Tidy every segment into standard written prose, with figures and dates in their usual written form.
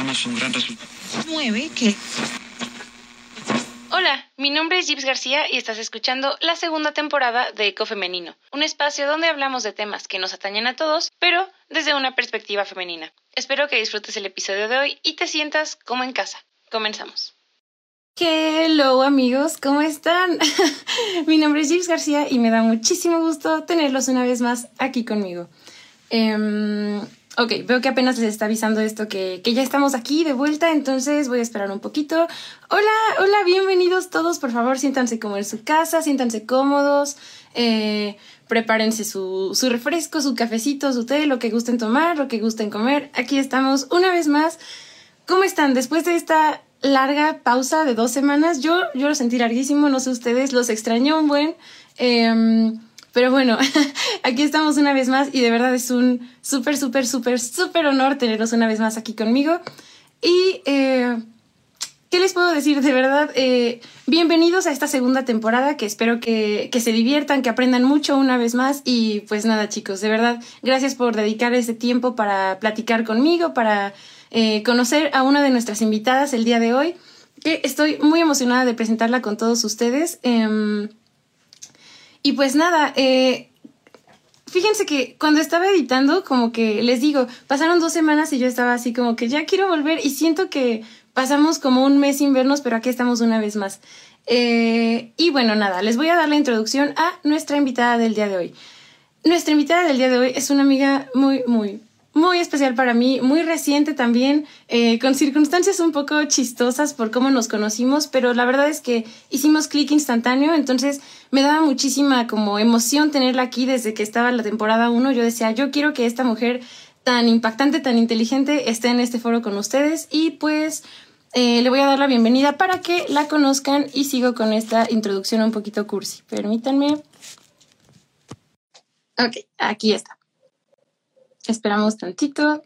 tenemos un gran resultado. 9 que... Hola, mi nombre es Gibbs García y estás escuchando la segunda temporada de Eco Femenino, un espacio donde hablamos de temas que nos atañen a todos, pero desde una perspectiva femenina. Espero que disfrutes el episodio de hoy y te sientas como en casa. Comenzamos. Hello amigos, ¿cómo están? Mi nombre es Gibbs García y me da muchísimo gusto tenerlos una vez más aquí conmigo. Ok, veo que apenas les está avisando esto que ya estamos aquí de vuelta, entonces voy a esperar un poquito. Hola, bienvenidos todos, por favor, siéntanse como en su casa, siéntanse cómodos, prepárense su refresco, su cafecito, su té, lo que gusten tomar, lo que gusten comer. Aquí estamos una vez más. ¿Cómo están? Después de esta larga pausa de 2 semanas, yo lo sentí larguísimo, no sé ustedes, los extrañé un buen... Pero bueno, aquí estamos una vez más y de verdad es un súper honor tenerlos una vez más aquí conmigo. Y, ¿qué les puedo decir? De verdad, bienvenidos a esta segunda temporada, que espero que se diviertan, que aprendan mucho una vez más. Y pues nada, chicos, de verdad, gracias por dedicar este tiempo para platicar conmigo, para conocer a una de nuestras invitadas el día de hoy, que estoy muy emocionada de presentarla con todos ustedes. Y pues nada, fíjense que cuando estaba editando, como que les digo, pasaron 2 semanas y yo estaba así como que ya quiero volver y siento que pasamos como un mes sin vernos, pero aquí estamos una vez más. Y bueno, nada, les voy a dar la introducción a nuestra invitada del día de hoy. Nuestra invitada del día de hoy es una amiga muy especial para mí, muy reciente también, con circunstancias un poco chistosas por cómo nos conocimos, pero la verdad es que hicimos clic instantáneo, entonces me daba muchísima como emoción tenerla aquí desde que estaba en la temporada 1. Yo decía, yo quiero que esta mujer tan impactante, tan inteligente esté en este foro con ustedes y pues le voy a dar la bienvenida para que la conozcan y sigo con esta introducción un poquito cursi. Permítanme. Ok, aquí está. Esperamos tantito.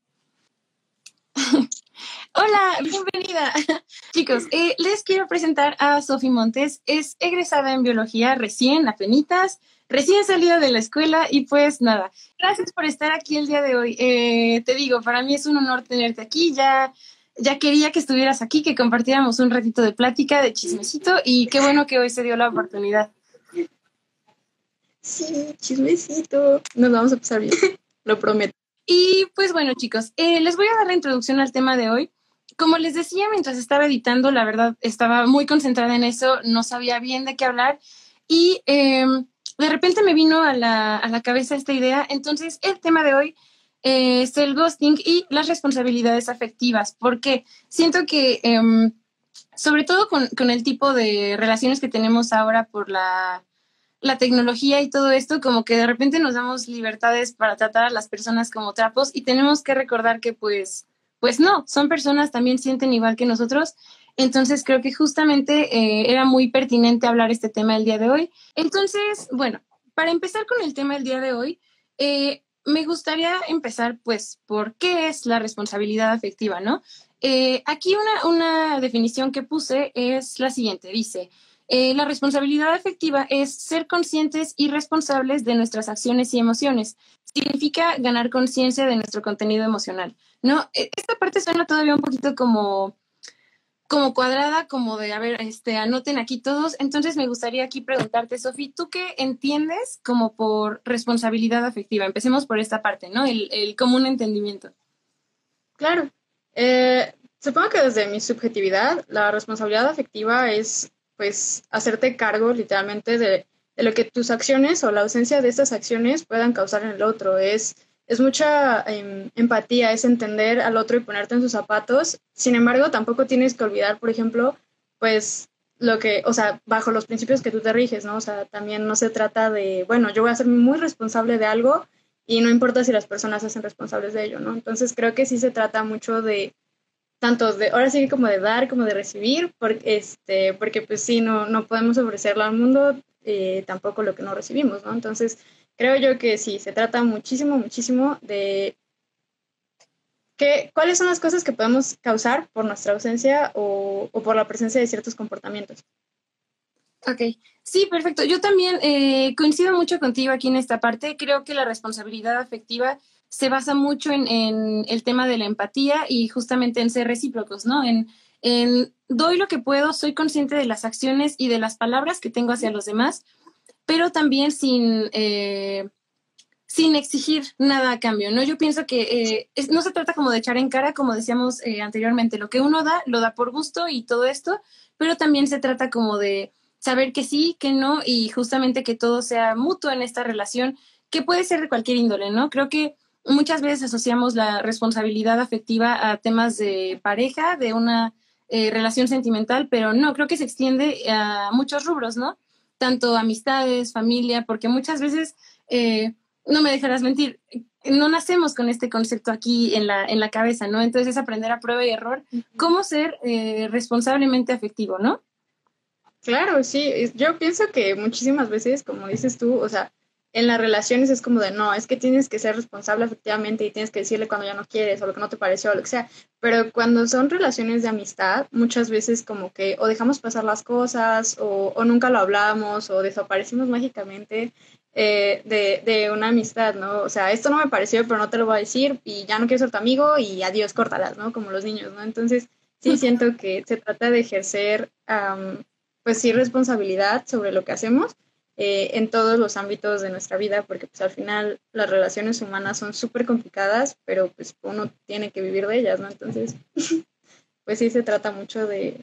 Hola, bienvenida. Chicos, les quiero presentar a Sofi Montes. Es egresada en biología recién salida de la escuela y pues nada, gracias por estar aquí el día de hoy. Te digo, para mí es un honor tenerte aquí. Ya quería que estuvieras aquí, que compartiéramos un ratito de plática, de chismecito y qué bueno que hoy se dio la oportunidad. Sí, chismecito. Nos vamos a pasar bien, lo prometo. Y pues bueno, chicos, les voy a dar la introducción al tema de hoy. Como les decía, mientras estaba editando, la verdad estaba muy concentrada en eso, no sabía bien de qué hablar y de repente me vino a la cabeza esta idea. Entonces, el tema de hoy es el ghosting y las responsabilidades afectivas, porque siento que sobre todo con el tipo de relaciones que tenemos ahora por la tecnología y todo esto, como que de repente nos damos libertades para tratar a las personas como trapos y tenemos que recordar que pues no, son personas, también sienten igual que nosotros. Entonces creo que justamente era muy pertinente hablar este tema el día de hoy. Entonces, bueno, para empezar con el tema del día de hoy, me gustaría empezar pues por qué es la responsabilidad afectiva, ¿no? Aquí una definición que puse es la siguiente, dice... la responsabilidad afectiva es ser conscientes y responsables de nuestras acciones y emociones. Significa ganar conciencia de nuestro contenido emocional, ¿no? Esta parte suena todavía un poquito como cuadrada, como de, a ver, anoten aquí todos. Entonces me gustaría aquí preguntarte, Sofi, ¿tú qué entiendes como por responsabilidad afectiva? Empecemos por esta parte, ¿no? El común entendimiento. Claro. Supongo que desde mi subjetividad, la responsabilidad afectiva es pues hacerte cargo literalmente de lo que tus acciones o la ausencia de estas acciones puedan causar en el otro. Es mucha empatía, es entender al otro y ponerte en sus zapatos. Sin embargo, tampoco tienes que olvidar, por ejemplo, pues lo que, o sea, bajo los principios que tú te riges, ¿no? O sea, también no se trata de, bueno, yo voy a ser muy responsable de algo y no importa si las personas se hacen responsables de ello, ¿no? Entonces creo que sí se trata mucho de tanto de, ahora sí como de dar como de recibir, porque pues sí, no podemos ofrecerlo al mundo, tampoco lo que no recibimos, ¿no? Entonces, creo yo que sí, se trata muchísimo de cuáles son las cosas que podemos causar por nuestra ausencia o por la presencia de ciertos comportamientos. Ok, sí, perfecto. Yo también coincido mucho contigo aquí en esta parte. Creo que la responsabilidad afectiva se basa mucho en el tema de la empatía y justamente en ser recíprocos, ¿no? En doy lo que puedo, soy consciente de las acciones y de las palabras que tengo hacia los demás, pero también sin exigir nada a cambio, ¿no? Yo pienso que no se trata como de echar en cara, como decíamos anteriormente, lo que uno da, lo da por gusto y todo esto, pero también se trata como de saber que sí, que no, y justamente que todo sea mutuo en esta relación, que puede ser de cualquier índole, ¿no? Creo que muchas veces asociamos la responsabilidad afectiva a temas de pareja, de una relación sentimental, pero no, creo que se extiende a muchos rubros, ¿no? Tanto amistades, familia, porque muchas veces... no me dejarás mentir, no nacemos con este concepto aquí en la cabeza, ¿no? Entonces es aprender a prueba y error cómo ser responsablemente afectivo, ¿no? Claro, sí, yo pienso que muchísimas veces, como dices tú, o sea, en las relaciones es como de, no, es que tienes que ser responsable efectivamente y tienes que decirle cuando ya no quieres o lo que no te pareció o lo que sea, pero cuando son relaciones de amistad, muchas veces como que o dejamos pasar las cosas o nunca lo hablamos o desaparecimos mágicamente de una amistad, ¿no? O sea, esto no me pareció, pero no te lo voy a decir y ya no quiero ser tu amigo y adiós, córtalas, ¿no? Como los niños, ¿no? Entonces, sí siento que se trata de ejercer pues sí, responsabilidad sobre lo que hacemos en todos los ámbitos de nuestra vida, porque pues al final las relaciones humanas son súper complicadas, pero pues uno tiene que vivir de ellas, ¿no? Entonces, pues sí se trata mucho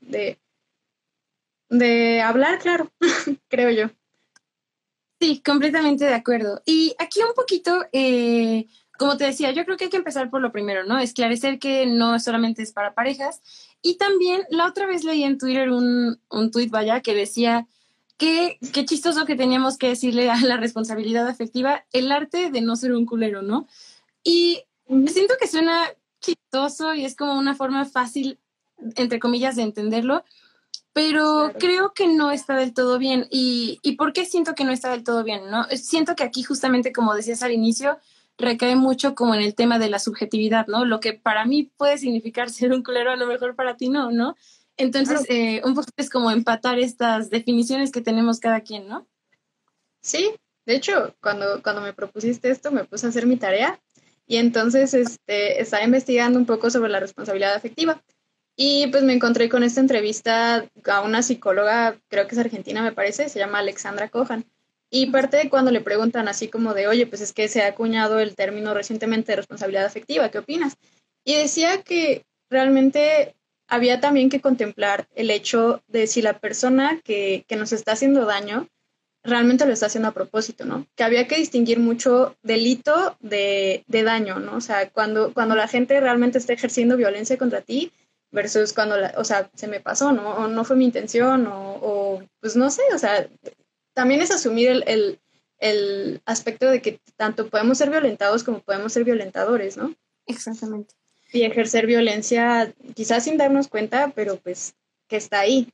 de hablar, claro, creo yo. Sí, completamente de acuerdo. Y aquí un poquito, como te decía, yo creo que hay que empezar por lo primero, ¿no? Esclarecer que no solamente es para parejas. Y también la otra vez leí en Twitter un tuit, vaya, que decía que qué chistoso que teníamos que decirle a la responsabilidad afectiva el arte de no ser un culero, ¿no? Y siento que suena chistoso y es como una forma fácil, entre comillas, de entenderlo, pero Claro. creo que no está del todo bien. ¿Y por qué siento que no está del todo bien? ¿No? Siento que aquí justamente, como decías al inicio, recae mucho como en el tema de la subjetividad, ¿no? Lo que para mí puede significar ser un culero, a lo mejor para ti no, ¿no? Entonces, Claro. un poco es como empatar estas definiciones que tenemos cada quien, ¿no? Sí, de hecho, cuando me propusiste esto, me puse a hacer mi tarea y entonces estaba investigando un poco sobre la responsabilidad afectiva. Y pues me encontré con esta entrevista a una psicóloga, creo que es argentina, me parece, se llama Alexandra Cohan. Y parte de cuando le preguntan así como de, oye, pues es que se ha acuñado el término recientemente de responsabilidad afectiva, ¿qué opinas? Y decía que realmente había también que contemplar el hecho de si la persona que nos está haciendo daño realmente lo está haciendo a propósito, ¿no? Que había que distinguir mucho delito de daño, ¿no? O sea, cuando la gente realmente está ejerciendo violencia contra ti versus cuando, o sea, se me pasó, ¿no? O no fue mi intención, pues no sé, o sea, también es asumir el aspecto de que tanto podemos ser violentados como podemos ser violentadores, ¿no? Exactamente. Y ejercer violencia quizás sin darnos cuenta, pero pues que está ahí.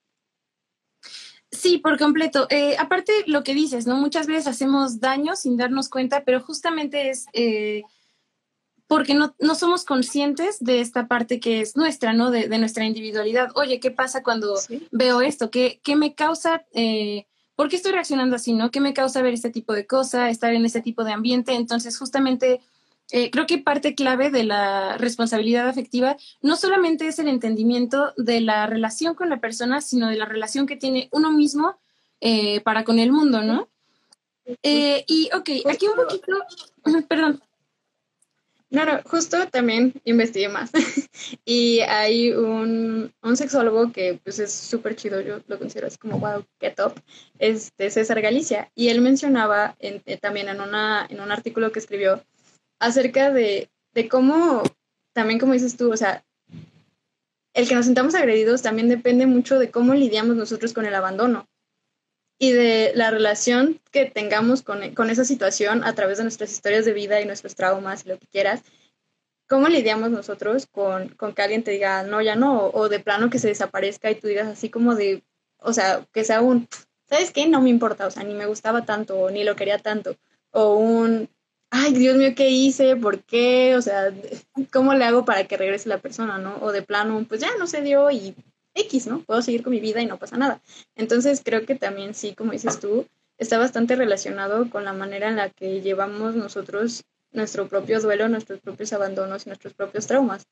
Sí, por completo. Aparte, lo que dices, ¿no? Muchas veces hacemos daño sin darnos cuenta, pero justamente es porque no somos conscientes de esta parte que es nuestra, ¿no? De nuestra individualidad. Oye, ¿qué pasa cuando Sí. veo esto? ¿Qué me causa? ¿Por qué estoy reaccionando así, no? ¿Qué me causa ver este tipo de cosa, estar en este tipo de ambiente? Entonces, justamente, creo que parte clave de la responsabilidad afectiva no solamente es el entendimiento de la relación con la persona, sino de la relación que tiene uno mismo para con el mundo, ¿no? Y, ok, aquí un Justo, poquito, perdón. no, no, justo también investigué más. Y hay un sexólogo que pues es súper chido, yo lo considero así como wow, qué top, César Galicia. Y él mencionaba también en un artículo que escribió acerca de cómo, también como dices tú, o sea, el que nos sintamos agredidos también depende mucho de cómo lidiamos nosotros con el abandono y de la relación que tengamos con esa situación a través de nuestras historias de vida y nuestros traumas y lo que quieras. ¿Cómo lidiamos nosotros con que alguien te diga no, ya no? O de plano que se desaparezca y tú digas así como de, o sea, que sea un, ¿sabes qué? No me importa, o sea, ni me gustaba tanto, o ni lo quería tanto. O un, ay, Dios mío, ¿qué hice? ¿Por qué? O sea, ¿cómo le hago para que regrese la persona, no? O de plano, pues ya no se dio y X, ¿no? Puedo seguir con mi vida y no pasa nada. Entonces creo que también sí, como dices tú, está bastante relacionado con la manera en la que llevamos nosotros nuestro propio duelo, nuestros propios abandonos y nuestros propios traumas.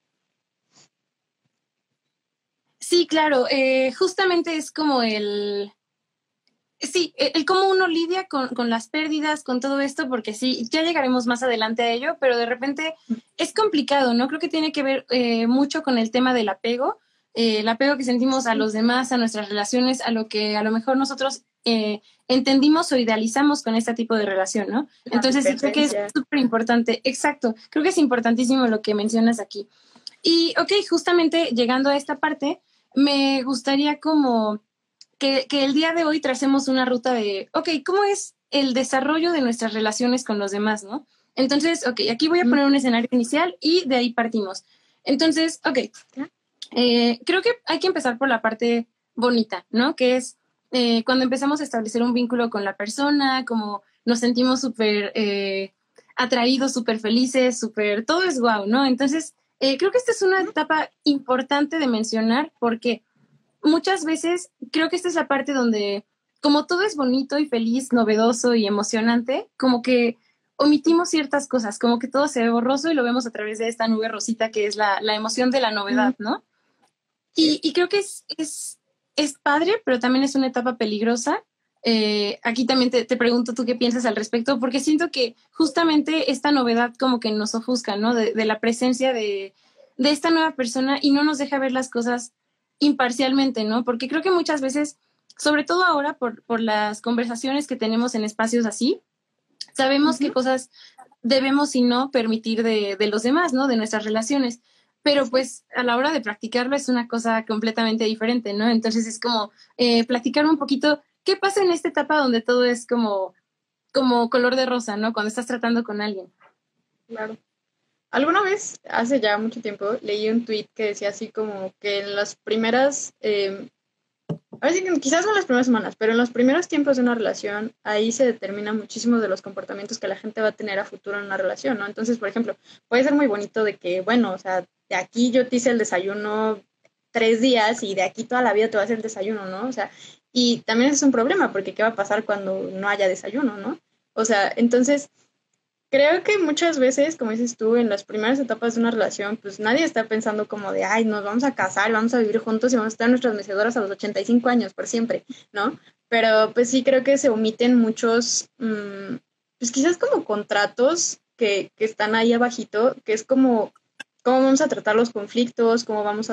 Sí, claro, justamente es como sí, el cómo uno lidia con las pérdidas, con todo esto, porque sí, ya llegaremos más adelante a ello, pero de repente es complicado, ¿no? Creo que tiene que ver mucho con el tema del apego, el apego que sentimos a los demás, a nuestras relaciones, a lo que a lo mejor nosotros entendimos o idealizamos con este tipo de relación, ¿no? Entonces sí creo que es súper importante, exacto, creo que es importantísimo lo que mencionas aquí. Y, ok, justamente llegando a esta parte, me gustaría como que el día de hoy tracemos una ruta de, ok, ¿cómo es el desarrollo de nuestras relaciones con los demás, no? Entonces, ok, aquí voy a poner un escenario inicial y de ahí partimos. Entonces, ok, creo que hay que empezar por la parte bonita, ¿no? Que es cuando empezamos a establecer un vínculo con la persona, como nos sentimos súper atraídos, súper felices, súper, todo es guau, ¿no? Entonces, creo que esta es una etapa importante de mencionar porque muchas veces creo que esta es la parte donde, como todo es bonito y feliz, novedoso y emocionante, como que omitimos ciertas cosas, como que todo se ve borroso y lo vemos a través de esta nube rosita que es la emoción de la novedad, ¿no? Y creo que es padre, pero también es una etapa peligrosa. Aquí también te pregunto tú qué piensas al respecto, porque siento que justamente esta novedad como que nos ofusca, ¿no? De la presencia de esta nueva persona y no nos deja ver las cosas imparcialmente, ¿no? Porque creo que muchas veces, sobre todo ahora por las conversaciones que tenemos en espacios así, sabemos qué cosas debemos y no permitir de los demás, ¿no? De nuestras relaciones. Pero pues a la hora de practicarlo es una cosa completamente diferente, ¿no? Entonces es como platicar un poquito qué pasa en esta etapa donde todo es como color de rosa, ¿no? Cuando estás tratando con alguien. Claro. Alguna vez, hace ya mucho tiempo, leí un tweet que decía así como que en las primeras, a ver si quizás no en las primeras semanas, pero en los primeros tiempos de una relación, ahí se determina muchísimo de los comportamientos que la gente va a tener a futuro en una relación, ¿no? Entonces, por ejemplo, puede ser muy bonito de que, bueno, o sea, de aquí yo te hice el desayuno 3 días y de aquí toda la vida te va a hacer el desayuno, ¿no? O sea, y también es un problema, porque ¿qué va a pasar cuando no haya desayuno, ¿no? O sea, entonces creo que muchas veces, como dices tú, en las primeras etapas de una relación, pues nadie está pensando como de, ay, nos vamos a casar, vamos a vivir juntos y vamos a estar en nuestras mecedoras a los 85 años por siempre, ¿no? Pero pues sí creo que se omiten muchos, pues quizás como contratos que están ahí abajito, que es como cómo vamos a tratar los conflictos,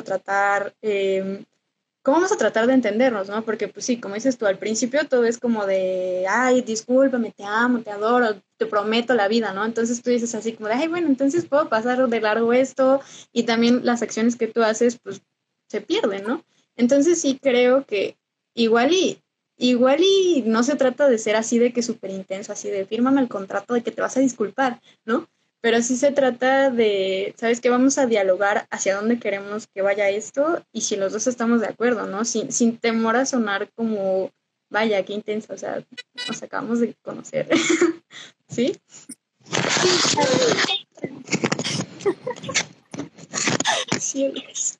cómo vamos a tratar de entendernos, ¿no? Porque, pues sí, como dices tú, al principio todo es como de, ay, discúlpame, te amo, te adoro, te prometo la vida, ¿no? Entonces tú dices así como de, ay, bueno, entonces puedo pasar de largo esto y también las acciones que tú haces, pues, se pierden, ¿no? Entonces sí creo que igual y no se trata de ser así de que súper intenso, así de fírmame el contrato de que te vas a disculpar, ¿no? Pero sí se trata de, ¿sabes qué? Vamos a dialogar hacia dónde queremos que vaya esto y si los dos estamos de acuerdo, ¿no? Sin temor a sonar como, vaya, qué intenso, o sea, nos acabamos de conocer. ¿Sí? Sí, es.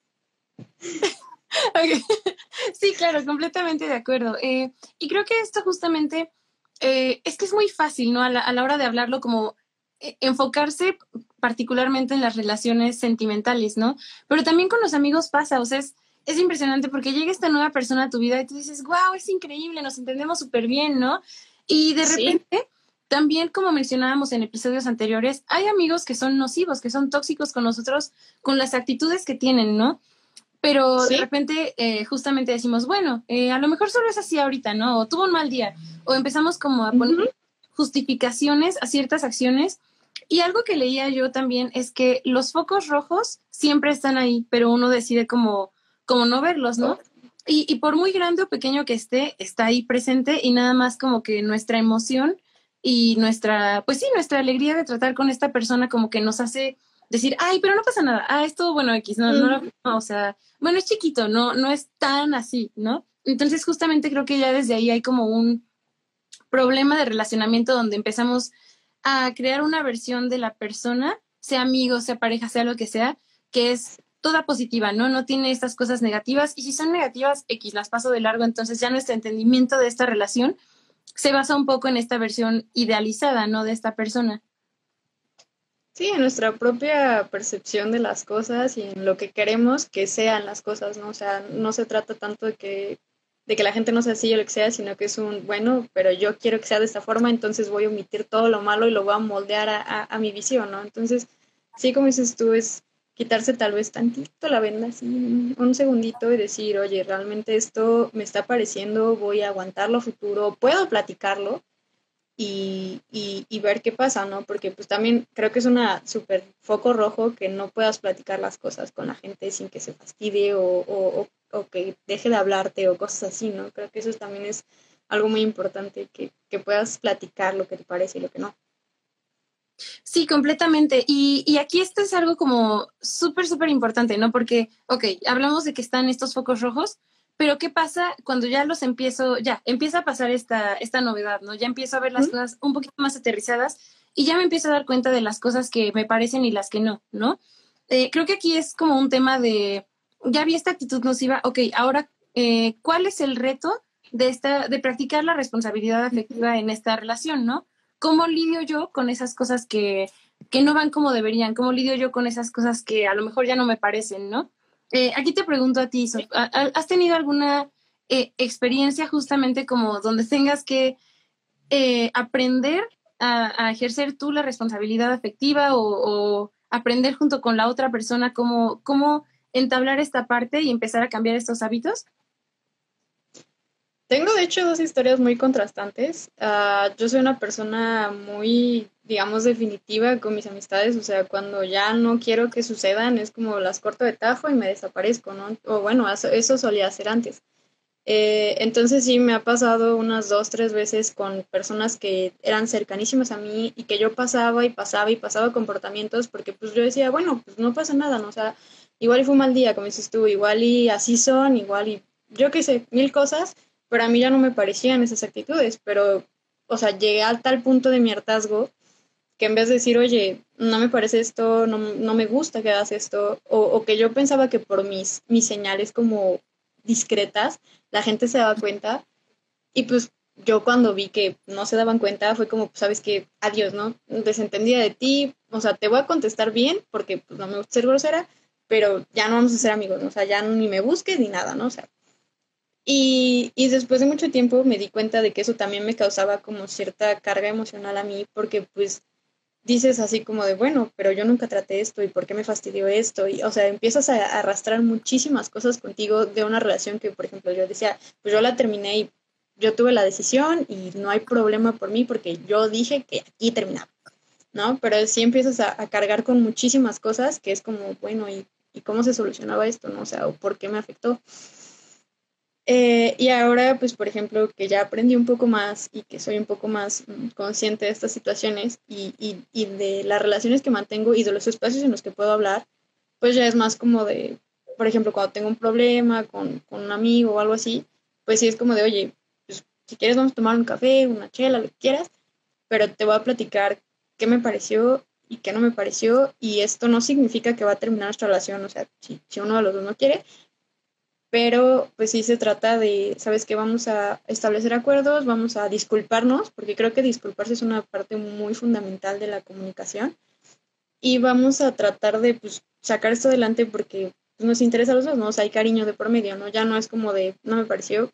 Okay. Sí, claro, completamente de acuerdo. Y creo que esto justamente es que es muy fácil, ¿no? A la hora de hablarlo, como enfocarse particularmente en las relaciones sentimentales, ¿no? Pero también con los amigos pasa, o sea, es impresionante porque llega esta nueva persona a tu vida y tú dices, wow, es increíble, nos entendemos súper bien, ¿no? Y de repente, también como mencionábamos en episodios anteriores, hay amigos que son nocivos, que son tóxicos con nosotros, con las actitudes que tienen, ¿no? Pero de repente justamente decimos, bueno, a lo mejor solo es así ahorita, ¿no? O tuvo un mal día. O empezamos como a poner justificaciones a ciertas acciones. Y algo que leía yo también es que los focos rojos siempre están ahí, pero uno decide como no verlos, ¿no? Y por muy grande o pequeño que esté, está ahí presente y nada más como que nuestra emoción y pues sí, nuestra alegría de tratar con esta persona como que nos hace decir, ay, pero no pasa nada, es todo bueno X, no, o sea, bueno, es chiquito, no es tan así, ¿no? Entonces justamente creo que ya desde ahí hay como un problema de relacionamiento donde empezamos a crear una versión de la persona, sea amigo, sea pareja, sea lo que sea, que es toda positiva, ¿no? No tiene estas cosas negativas y si son negativas, X, las paso de largo, entonces ya nuestro entendimiento de esta relación se basa un poco en esta versión idealizada, ¿no? De esta persona. Sí, en nuestra propia percepción de las cosas y en lo que queremos que sean las cosas, ¿no? O sea, no se trata tanto de que la gente no sea así o lo que sea, sino que es un, bueno, pero yo quiero que sea de esta forma, entonces voy a omitir todo lo malo y lo voy a moldear a mi visión, ¿no? Entonces, sí, como dices tú, es quitarse tal vez tantito la venda, así, un segundito y decir, oye, realmente esto me está pareciendo, voy a aguantarlo a futuro, puedo platicarlo y ver qué pasa, ¿no? Porque pues también creo que es una súper foco rojo que no puedas platicar las cosas con la gente sin que se fastidie o que deje de hablarte o cosas así, ¿no? Creo que eso también es algo muy importante, que puedas platicar lo que te parece y lo que no. Sí, completamente. Y aquí esto es algo como súper, súper importante, ¿no? Porque, ok, hablamos de que están estos focos rojos, pero ¿qué pasa cuando ya los empiezo, ya empieza a pasar esta novedad, ¿no? Ya empiezo a ver las ¿Mm? cosas un poquito más aterrizadas y ya me empiezo a dar cuenta de las cosas que me parecen y las que no, ¿no? Creo que aquí es como un tema de, ya vi esta actitud nociva, ok, ahora, ¿cuál es el reto de practicar la responsabilidad afectiva en esta relación, ¿no? ¿Cómo lidio yo con esas cosas que no van como deberían? ¿Cómo lidio yo con esas cosas que a lo mejor ya no me parecen, ¿no? Aquí te pregunto a ti, Sof, ¿has tenido alguna experiencia justamente como donde tengas que aprender a ejercer tú la responsabilidad afectiva o aprender junto con la otra persona cómo entablar esta parte y empezar a cambiar estos hábitos? Tengo de hecho dos historias muy contrastantes. Yo soy una persona muy, digamos, definitiva con mis amistades, o sea, cuando ya no quiero que sucedan, es como las corto de tajo y me desaparezco, ¿no? O bueno, eso solía hacer antes. Entonces sí, me ha pasado unas dos, tres veces con personas que eran cercanísimas a mí y que yo pasaba y pasaba y pasaba comportamientos porque pues yo decía, bueno, pues no pasa nada, ¿no? O sea, igual y fue un mal día, como dices tú, igual y así son, igual y yo qué sé, mil cosas, pero a mí ya no me parecían esas actitudes, pero, o sea, llegué a tal punto de mi hartazgo que en vez de decir, oye, no me parece esto, no me gusta que hagas esto, o que yo pensaba que por mis señales como discretas, la gente se daba cuenta, y pues yo cuando vi que no se daban cuenta, fue como, pues, sabes que, adiós, ¿no? Desentendida de ti, o sea, te voy a contestar bien, porque pues, no me gusta ser grosera, pero ya no vamos a ser amigos, ¿no? O sea, ya ni me busques ni nada, ¿no? O sea, y después de mucho tiempo me di cuenta de que eso también me causaba como cierta carga emocional a mí, porque pues dices así como de, bueno, pero yo nunca traté esto y por qué me fastidió esto. Y, o sea, empiezas a arrastrar muchísimas cosas contigo de una relación que, por ejemplo, yo decía, pues yo la terminé y yo tuve la decisión y no hay problema por mí porque yo dije que aquí terminaba, ¿no? Pero sí empiezas a cargar con muchísimas cosas que es como, bueno, ¿y cómo se solucionaba esto, no? O sea, ¿o por qué me afectó? Y ahora, pues, por ejemplo, que ya aprendí un poco más y que soy un poco más consciente de estas situaciones y de las relaciones que mantengo y de los espacios en los que puedo hablar, pues ya es más como de, por ejemplo, cuando tengo un problema con un amigo o algo así, pues sí es como de, oye, pues si quieres vamos a tomar un café, una chela, lo que quieras, pero te voy a platicar qué me pareció y qué no me pareció y esto no significa que va a terminar nuestra relación, o sea, si uno de los dos no quiere, pero pues sí se trata de, ¿sabes qué? Vamos a establecer acuerdos, vamos a disculparnos, porque creo que disculparse es una parte muy fundamental de la comunicación, y vamos a tratar de pues, sacar esto adelante porque pues, nos interesa a los dos, ¿no? O sea, hay cariño de por medio, ¿no? Ya no es como de, no me pareció,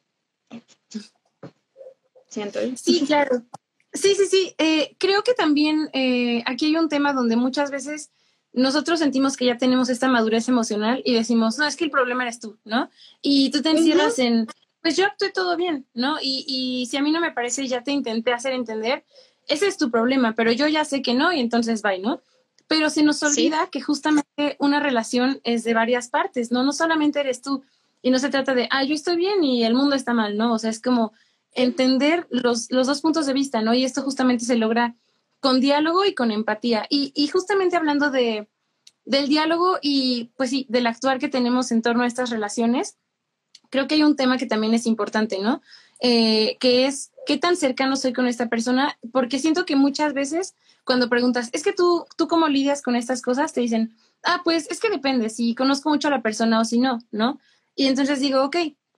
siento. Sí, claro. Sí, sí, sí. Creo que también aquí hay un tema donde muchas veces nosotros sentimos que ya tenemos esta madurez emocional y decimos, no, es que el problema eres tú, ¿no? Y tú te Ujú. encierras en, pues yo actué todo bien, ¿no? Y si a mí no me parece, ya te intenté hacer entender, ese es tu problema, pero yo ya sé que no y entonces bye, ¿no? Pero se nos Sí, olvida que justamente una relación es de varias partes, ¿no? No solamente eres tú y no se trata de, yo estoy bien y el mundo está mal, ¿no? O sea, es como entender los dos puntos de vista, ¿no? Y esto justamente se logra con diálogo y con empatía. Y justamente hablando del diálogo y, pues sí, del actuar que tenemos en torno a estas relaciones, creo que hay un tema que también es importante, ¿no? Que es qué tan cercano soy con esta persona, porque siento que muchas veces cuando preguntas, es que tú cómo lidias con estas cosas, te dicen, pues es que depende, si conozco mucho a la persona o si no, ¿no? Y entonces digo, ok,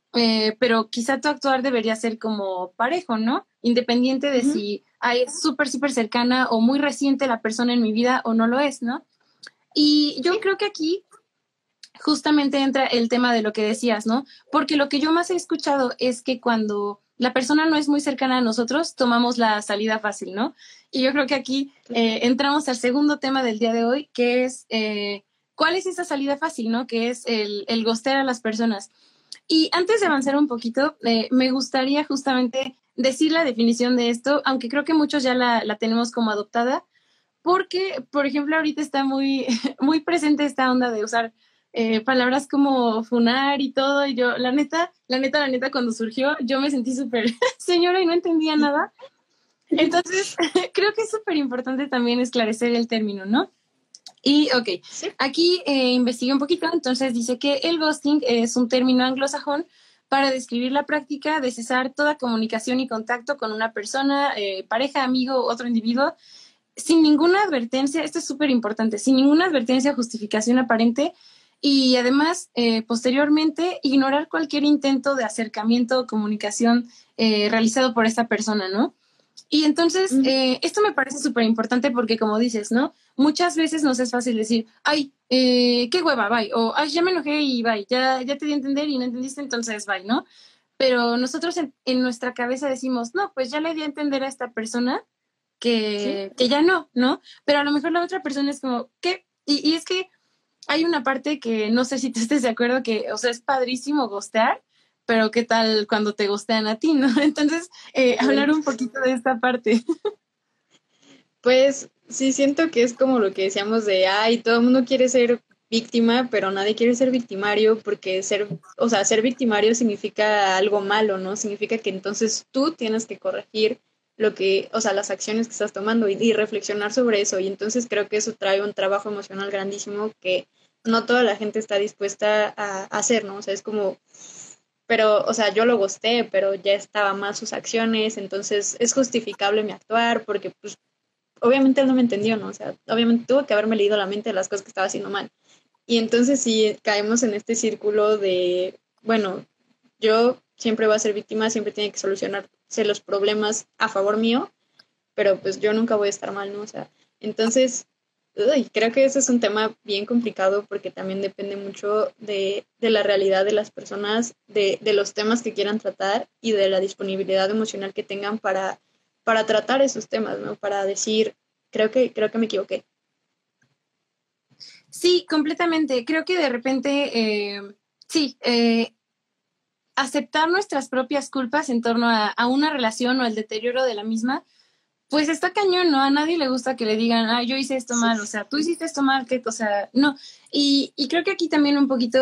pero quizá tu actuar debería ser como parejo, ¿no? Independiente de si es súper, súper cercana o muy reciente la persona en mi vida o no lo es, ¿no? Y yo creo que aquí justamente entra el tema de lo que decías, ¿no? Porque lo que yo más he escuchado es que cuando la persona no es muy cercana a nosotros, tomamos la salida fácil, ¿no? Y yo creo que aquí entramos al segundo tema del día de hoy, que es ¿cuál es esa salida fácil, ¿no? Que es el ghostear a las personas. Y antes de avanzar un poquito, me gustaría justamente decir la definición de esto, aunque creo que muchos ya la tenemos como adoptada, porque, por ejemplo, ahorita está muy, muy presente esta onda de usar palabras como funar y todo, y yo, la neta, cuando surgió, yo me sentí súper señora y no entendía nada. Entonces, creo que es súper importante también esclarecer el término, ¿no? Y, ok, aquí investigué un poquito, entonces dice que el ghosting es un término anglosajón para describir la práctica de cesar toda comunicación y contacto con una persona, pareja, amigo, otro individuo, sin ninguna advertencia, esto es súper importante, sin ninguna advertencia o justificación aparente, y además, posteriormente, ignorar cualquier intento de acercamiento o comunicación realizado por esta persona, ¿no? Y entonces, esto me parece súper importante porque, como dices, ¿no? Muchas veces nos es fácil decir, ay, qué hueva, bye, o ay, ya me enojé y bye, ya te di a entender y no entendiste, entonces bye, ¿no? Pero nosotros en nuestra cabeza decimos, no, pues ya le di a entender a esta persona que ya no, ¿no? Pero a lo mejor la otra persona es como, ¿qué? Y es que hay una parte que no sé si tú estés de acuerdo que, o sea, es padrísimo ghostear, pero ¿qué tal cuando te ghostean a ti, no? Entonces, hablar un poquito de esta parte. Pues sí, siento que es como lo que decíamos de, ay, todo el mundo quiere ser víctima, pero nadie quiere ser victimario porque ser victimario significa algo malo, ¿no? Significa que entonces tú tienes que corregir las acciones que estás tomando y reflexionar sobre eso. Y entonces creo que eso trae un trabajo emocional grandísimo que no toda la gente está dispuesta a hacer, ¿no? O sea, es como, pero, o sea, yo lo gosté, pero ya estaba mal sus acciones, entonces es justificable mi actuar porque, pues, obviamente él no me entendió, ¿no? O sea, obviamente tuvo que haberme leído la mente de las cosas que estaba haciendo mal. Y entonces sí caemos en este círculo de, bueno, yo siempre voy a ser víctima, siempre tiene que solucionarse los problemas a favor mío, pero pues yo nunca voy a estar mal, ¿no? O sea, entonces, creo que ese es un tema bien complicado porque también depende mucho de la realidad de las personas, de los temas que quieran tratar y de la disponibilidad emocional que tengan para tratar esos temas, ¿no? Para decir, creo que me equivoqué. Sí, completamente. Creo que de repente, aceptar nuestras propias culpas en torno a una relación o el deterioro de la misma, pues está cañón, ¿no? A nadie le gusta que le digan, ah, yo hice esto mal, o sea, tú hiciste esto mal, ¿qué cosa? No. Y creo que aquí también un poquito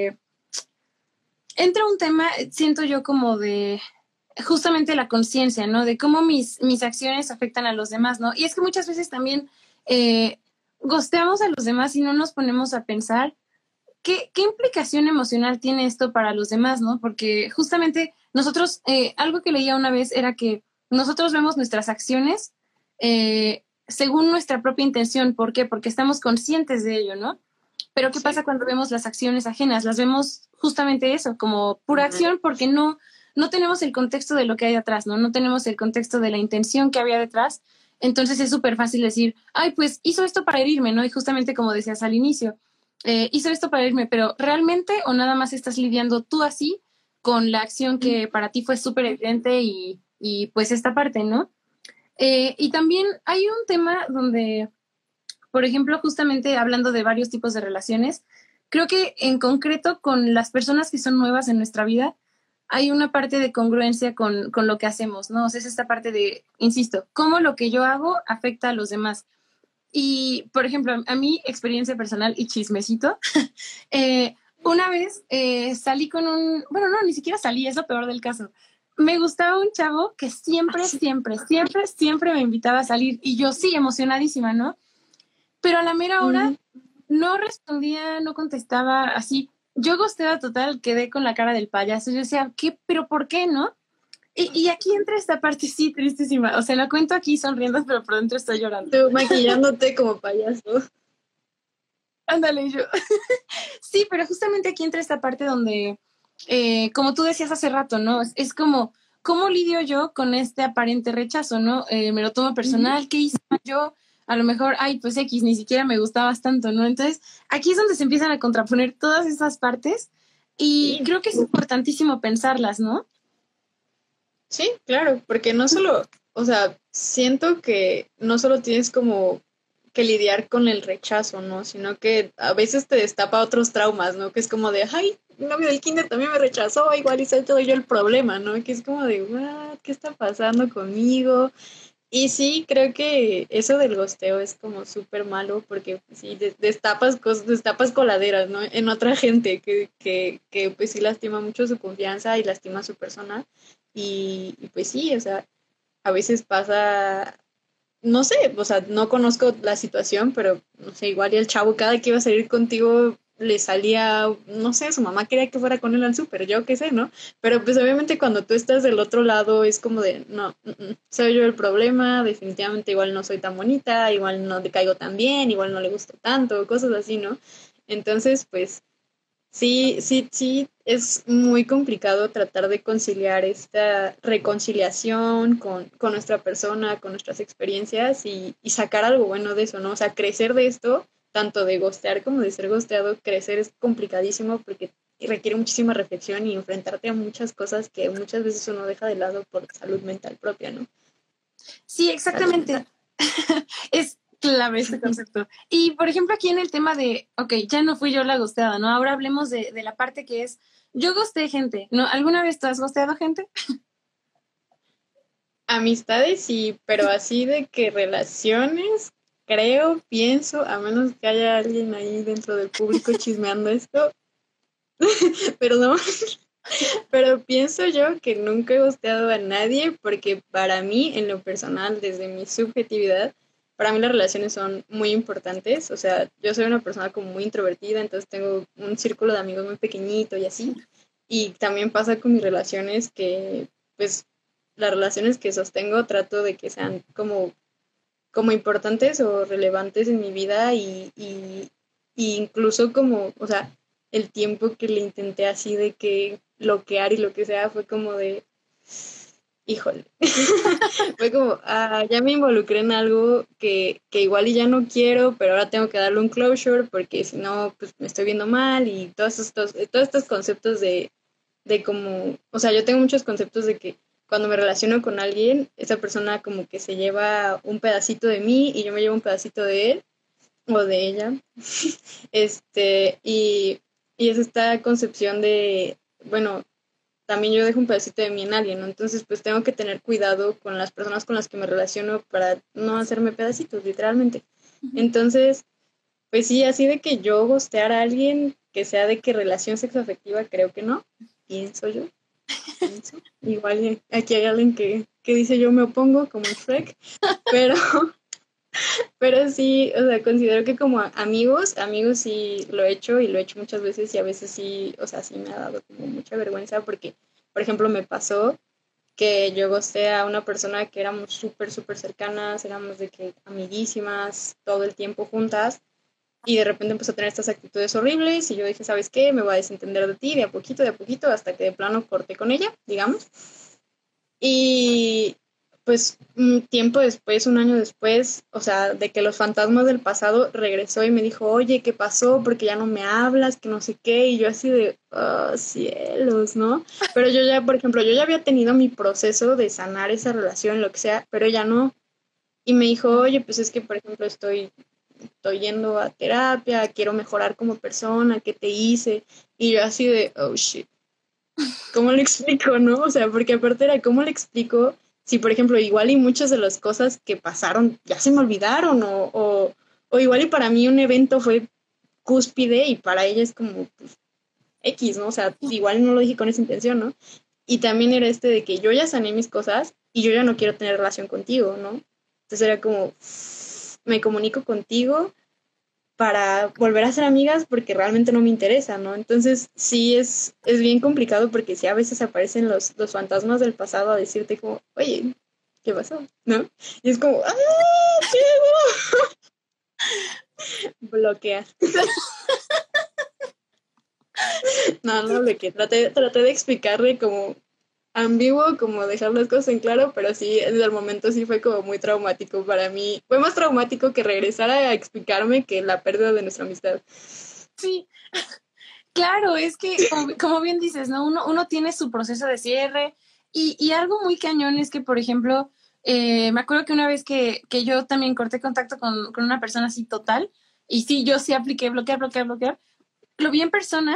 entra un tema, siento yo, como de justamente la conciencia, ¿no? De cómo mis acciones afectan a los demás, ¿no? Y es que muchas veces también gosteamos a los demás y no nos ponemos a pensar qué implicación emocional tiene esto para los demás, ¿no? Porque justamente nosotros, algo que leía una vez era que nosotros vemos nuestras acciones según nuestra propia intención. ¿Por qué? Porque estamos conscientes de ello, ¿no? Pero ¿qué pasa cuando vemos las acciones ajenas? Las vemos justamente eso, como pura acción, porque no tenemos el contexto de lo que hay atrás, ¿no? No tenemos el contexto de la intención que había detrás. Entonces es súper fácil decir, ay, pues hizo esto para herirme, ¿no? Y justamente como decías al inicio, hizo esto para herirme, pero ¿realmente o nada más estás lidiando tú así con la acción que para ti fue súper evidente y pues esta parte, ¿no? Y también hay un tema donde, por ejemplo, justamente hablando de varios tipos de relaciones, creo que en concreto con las personas que son nuevas en nuestra vida, hay una parte de congruencia con lo que hacemos, ¿no? O sea, es esta parte de, insisto, cómo lo que yo hago afecta a los demás. Y, por ejemplo, a mi experiencia personal y chismecito, una vez salí con bueno, no, ni siquiera salí, es lo peor del caso. Me gustaba un chavo que siempre me invitaba a salir y yo sí, emocionadísima, ¿no? Pero a la mera hora no respondía, no contestaba, así. Yo gosteaba total, quedé con la cara del payaso. Yo decía, ¿qué? ¿Pero por qué, no? Y aquí entra esta parte, sí, tristísima. O sea, la cuento aquí sonriendo, pero por dentro estoy llorando. Tú maquillándote como payaso. Ándale, yo. Sí, pero justamente aquí entra esta parte donde como tú decías hace rato, ¿no? Es como, ¿cómo lidio yo con este aparente rechazo, ¿no? Me lo tomo personal, ¿qué hice yo? A lo mejor, ay, pues X, ni siquiera me gustabas tanto, ¿no? Entonces, aquí es donde se empiezan a contraponer todas esas partes y Sí, creo que es importantísimo pensarlas, ¿no? sí, claro, porque no solo, o sea, siento que no solo tienes como que lidiar con el rechazo, ¿no? Sino que a veces te destapa otros traumas, ¿no? Que es como de, ay, un novio del kinder también me rechazó, igual y soy todo yo el problema, ¿no? Que es como de, what, ¿qué está pasando conmigo? Y sí, creo que eso del gosteo es como súper malo porque pues, sí, destapas cosas, destapas coladeras, ¿no? En otra gente que pues sí lastima mucho su confianza y lastima a su persona. Y pues sí, o sea, a veces pasa, no sé, o sea, no conozco la situación, pero no sé, igual y el chavo cada que iba a salir contigo le salía, no sé, su mamá quería que fuera con él al súper, yo qué sé, ¿no? Pero pues obviamente cuando tú estás del otro lado es como de, no, soy yo el problema, definitivamente igual no soy tan bonita, igual no te caigo tan bien, igual no le gusto tanto, cosas así, ¿no? Entonces, pues sí, sí, sí, es muy complicado tratar de conciliar esta reconciliación con nuestra persona, con nuestras experiencias y sacar algo bueno de eso, ¿no? O sea, crecer de esto, tanto de gostear como de ser gosteado, crecer es complicadísimo porque requiere muchísima reflexión y enfrentarte a muchas cosas que muchas veces uno deja de lado por salud mental propia, ¿no? Sí, exactamente. Es clave este concepto. Y, por ejemplo, aquí en el tema de, ok, ya no fui yo la gosteada, ¿no? Ahora hablemos de la parte que es, yo gosteé gente, ¿no? ¿Alguna vez tú has gosteado gente? Amistades sí, pero así de que relaciones, creo, pienso, a menos que haya alguien ahí dentro del público chismeando esto, pero no, pero pienso yo que nunca he gusteado a nadie porque para mí, en lo personal, desde mi subjetividad, para mí las relaciones son muy importantes, o sea, yo soy una persona como muy introvertida, entonces tengo un círculo de amigos muy pequeñito y así, y también pasa con mis relaciones que, pues, las relaciones que sostengo trato de que sean como importantes o relevantes en mi vida y incluso como, o sea, el tiempo que le intenté así de que bloquear y lo que sea fue como de, híjole, fue como, ya me involucré en algo que igual y ya no quiero, pero ahora tengo que darle un closure porque si no, pues me estoy viendo mal y todos estos conceptos de como, o sea, yo tengo muchos conceptos de que cuando me relaciono con alguien, esa persona como que se lleva un pedacito de mí y yo me llevo un pedacito de él o de ella. Y es esta concepción de, bueno, también yo dejo un pedacito de mí en alguien, ¿no? Entonces, pues tengo que tener cuidado con las personas con las que me relaciono para no hacerme pedacitos, literalmente. Entonces, pues sí, así de que yo gostear a alguien que sea de que relación sexoafectiva, creo que no, pienso yo. Igual aquí hay alguien que dice yo me opongo como Shrek, pero, pero sí, o sea, considero que como amigos sí lo he hecho y lo he hecho muchas veces y a veces sí, o sea, sí me ha dado como mucha vergüenza porque, por ejemplo, me pasó que yo gosté a una persona que éramos súper, súper cercanas, éramos de que amiguísimas, todo el tiempo juntas, y de repente empezó a tener estas actitudes horribles y yo dije, ¿sabes qué? Me voy a desentender de ti de a poquito, hasta que de plano corté con ella, digamos. Y pues un tiempo después, un año después, o sea, de que los fantasmas del pasado regresó y me dijo, oye, ¿qué pasó? Porque ya no me hablas, que no sé qué, y yo así de, oh, cielos, ¿no? Pero yo ya, por ejemplo, yo ya había tenido mi proceso de sanar esa relación, lo que sea, pero ella no. Y me dijo, oye, pues es que, por ejemplo, estoy yendo a terapia, quiero mejorar como persona, ¿qué te hice? Y yo así de, oh shit, ¿cómo le explico, no? O sea, porque aparte era, ¿cómo le explico si, por ejemplo, igual y muchas de las cosas que pasaron ya se me olvidaron o igual y para mí un evento fue cúspide y para ella es como pues, X, ¿no? O sea, igual no lo dije con esa intención, ¿no? Y también era este de que yo ya sané mis cosas y yo ya no quiero tener relación contigo, ¿no? Entonces era como, me comunico contigo para volver a ser amigas porque realmente no me interesa, ¿no? Entonces sí es bien complicado porque sí a veces aparecen los fantasmas del pasado a decirte como, oye, ¿qué pasó? ¿No? Y es como, ¡ah! ¿Qué hago? Bloquea. No, no hablé, que traté de explicarle como ambiguo, como dejar las cosas en claro, pero sí, en el momento sí fue como muy traumático para mí. Fue más traumático que regresar a explicarme que la pérdida de nuestra amistad. Sí, claro, es que como bien dices, ¿no? Uno tiene su proceso de cierre y algo muy cañón es que, por ejemplo, me acuerdo que una vez que yo también corté contacto con una persona así total, y sí, yo sí apliqué bloquear, lo vi en persona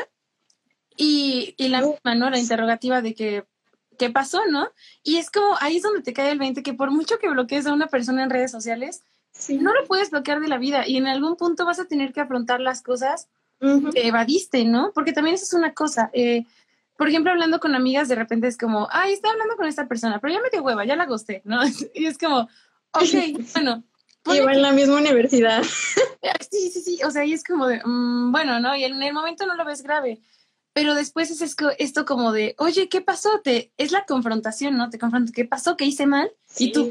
y la misma, ¿no? La interrogativa de que, ¿qué pasó, no? Y es como, ahí es donde te cae el 20, que por mucho que bloquees a una persona en redes sociales, Sí. no lo puedes bloquear de la vida y en algún punto vas a tener que afrontar las cosas Ujú. que evadiste, ¿no? Porque también eso es una cosa. Por ejemplo, hablando con amigas, de repente es como, ay, estoy hablando con esta persona, pero ya me dio hueva, ya la gusté, ¿no? Y es como, ok, bueno, Iba en la misma universidad. sí, o sea, y es como de, bueno, ¿no? Y en el momento no lo ves grave, pero después es esto como de, oye, ¿qué pasó? Es la confrontación, ¿no? Te confronto, ¿qué pasó? ¿Qué hice mal? Sí. Y tú,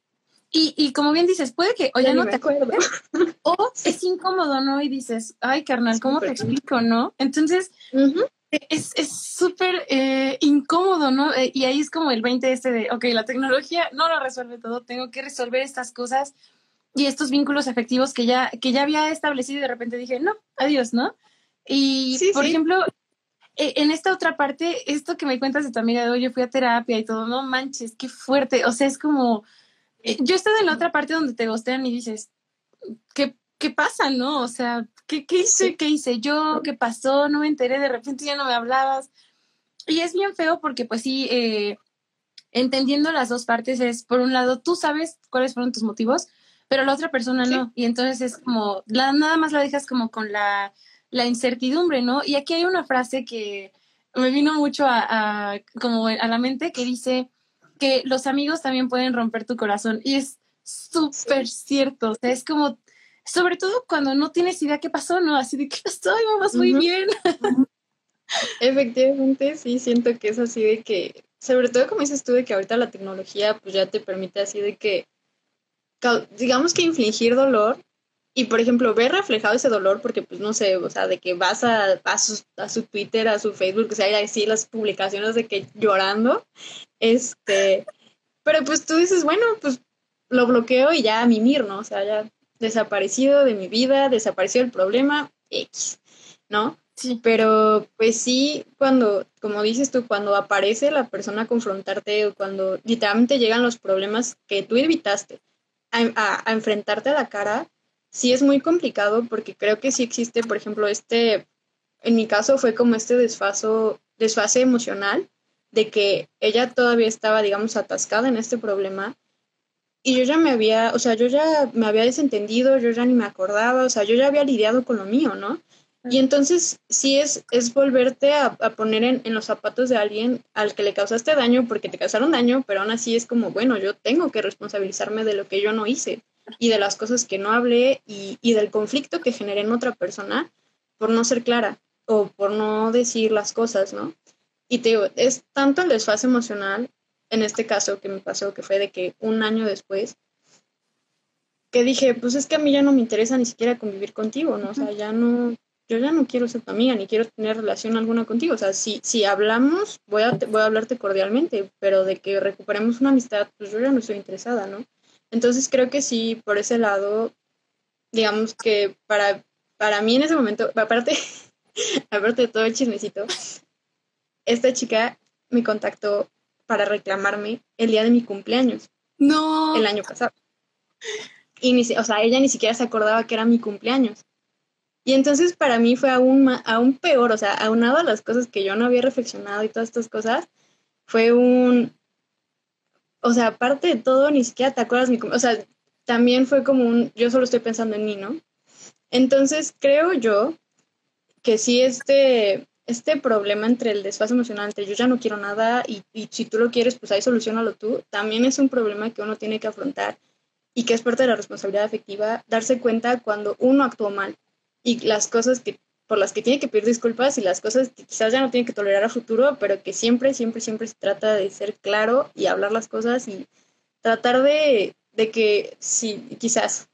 y como bien dices, puede que o ya no me te acuerdo. o es incómodo, ¿no? Y dices, ay, carnal, ¿cómo te explico, no? Entonces, Ujú. es súper incómodo, ¿no? Y ahí es como el 20 de, ok, la tecnología no lo resuelve todo, tengo que resolver estas cosas y estos vínculos afectivos que ya había establecido y de repente dije, no, adiós, ¿no? Y, Sí, por sí. ejemplo, en esta otra parte, esto que me cuentas de tu amiga de hoy, yo fui a terapia y todo, no manches, qué fuerte, o sea, es como, yo he estado en la otra parte donde te gostean y dices, ¿qué pasa, no? O sea, ¿qué hice? Sí. ¿Qué hice yo? ¿Qué pasó? No me enteré, de repente ya no me hablabas. Y es bien feo porque, pues sí, entendiendo las dos partes es, por un lado, tú sabes cuáles fueron tus motivos, pero la otra persona Sí. no. Y entonces es como, nada más la dejas como con la incertidumbre, ¿no? Y aquí hay una frase que me vino mucho como a la mente que dice que los amigos también pueden romper tu corazón. Y es súper cierto. O sea, es como, sobre todo cuando no tienes idea qué pasó, ¿no? Así de, ¿qué pasó? Y vamos muy bien. Efectivamente, sí, siento que es así de que, sobre todo como dices tú, de que ahorita la tecnología pues ya te permite así de que, digamos que infligir dolor y, por ejemplo, ver reflejado ese dolor porque, pues, no sé, o sea, de que vas a su Twitter, a su Facebook, o sea, y así las publicaciones de que llorando, pero pues tú dices, bueno, pues lo bloqueo y ya a mimir, ¿no? O sea, ya desaparecido de mi vida, desapareció el problema, X, ¿no? Sí. Pero pues sí, como dices tú, cuando aparece la persona a confrontarte o cuando literalmente llegan los problemas que tú evitaste a enfrentarte a la cara, sí es muy complicado porque creo que sí existe, por ejemplo, en mi caso fue como este desfase emocional de que ella todavía estaba, digamos, atascada en este problema y yo ya me había desentendido, yo ya ni me acordaba, o sea, yo ya había lidiado con lo mío, ¿no? Y entonces sí es volverte a poner en los zapatos de alguien al que le causaste daño porque te causaron daño, pero aún así es como, bueno, yo tengo que responsabilizarme de lo que yo no hice y de las cosas que no hablé y del conflicto que generé en otra persona por no ser clara o por no decir las cosas, ¿no? Y te digo, es tanto el desfase emocional, en este caso que me pasó, que fue de que un año después, que dije, pues es que a mí ya no me interesa ni siquiera convivir contigo, ¿no? O sea, yo ya no quiero ser tu amiga, ni quiero tener relación alguna contigo. O sea, si hablamos, voy a hablarte cordialmente, pero de que recuperemos una amistad, pues yo ya no estoy interesada, ¿no? Entonces creo que sí, por ese lado, digamos que para mí en ese momento, aparte de todo el chismecito, esta chica me contactó para reclamarme el día de mi cumpleaños, No. el año pasado. O sea, ella ni siquiera se acordaba que era mi cumpleaños. Y entonces para mí fue aún peor, o sea, aunado a las cosas que yo no había reflexionado y todas estas cosas, fue o sea, aparte de todo, ni siquiera te acuerdas o sea, también fue como yo solo estoy pensando en mí, ¿no? Entonces creo yo que sí este problema entre el desfase emocional, entre yo ya no quiero nada y si tú lo quieres, pues ahí solucionalo tú, también es un problema que uno tiene que afrontar y que es parte de la responsabilidad afectiva, darse cuenta cuando uno actuó mal y las cosas por las que tiene que pedir disculpas y las cosas que quizás ya no tiene que tolerar a futuro, pero que siempre, siempre, siempre se trata de ser claro y hablar las cosas y tratar de que si quizás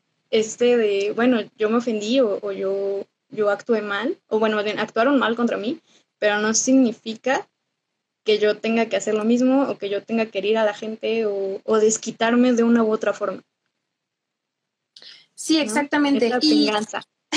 bueno, yo me ofendí o yo actué mal, o bueno, actuaron mal contra mí, pero no significa que yo tenga que hacer lo mismo o que yo tenga que herir a la gente o desquitarme de una u otra forma. Sí, exactamente. ¿No? Esa venganza.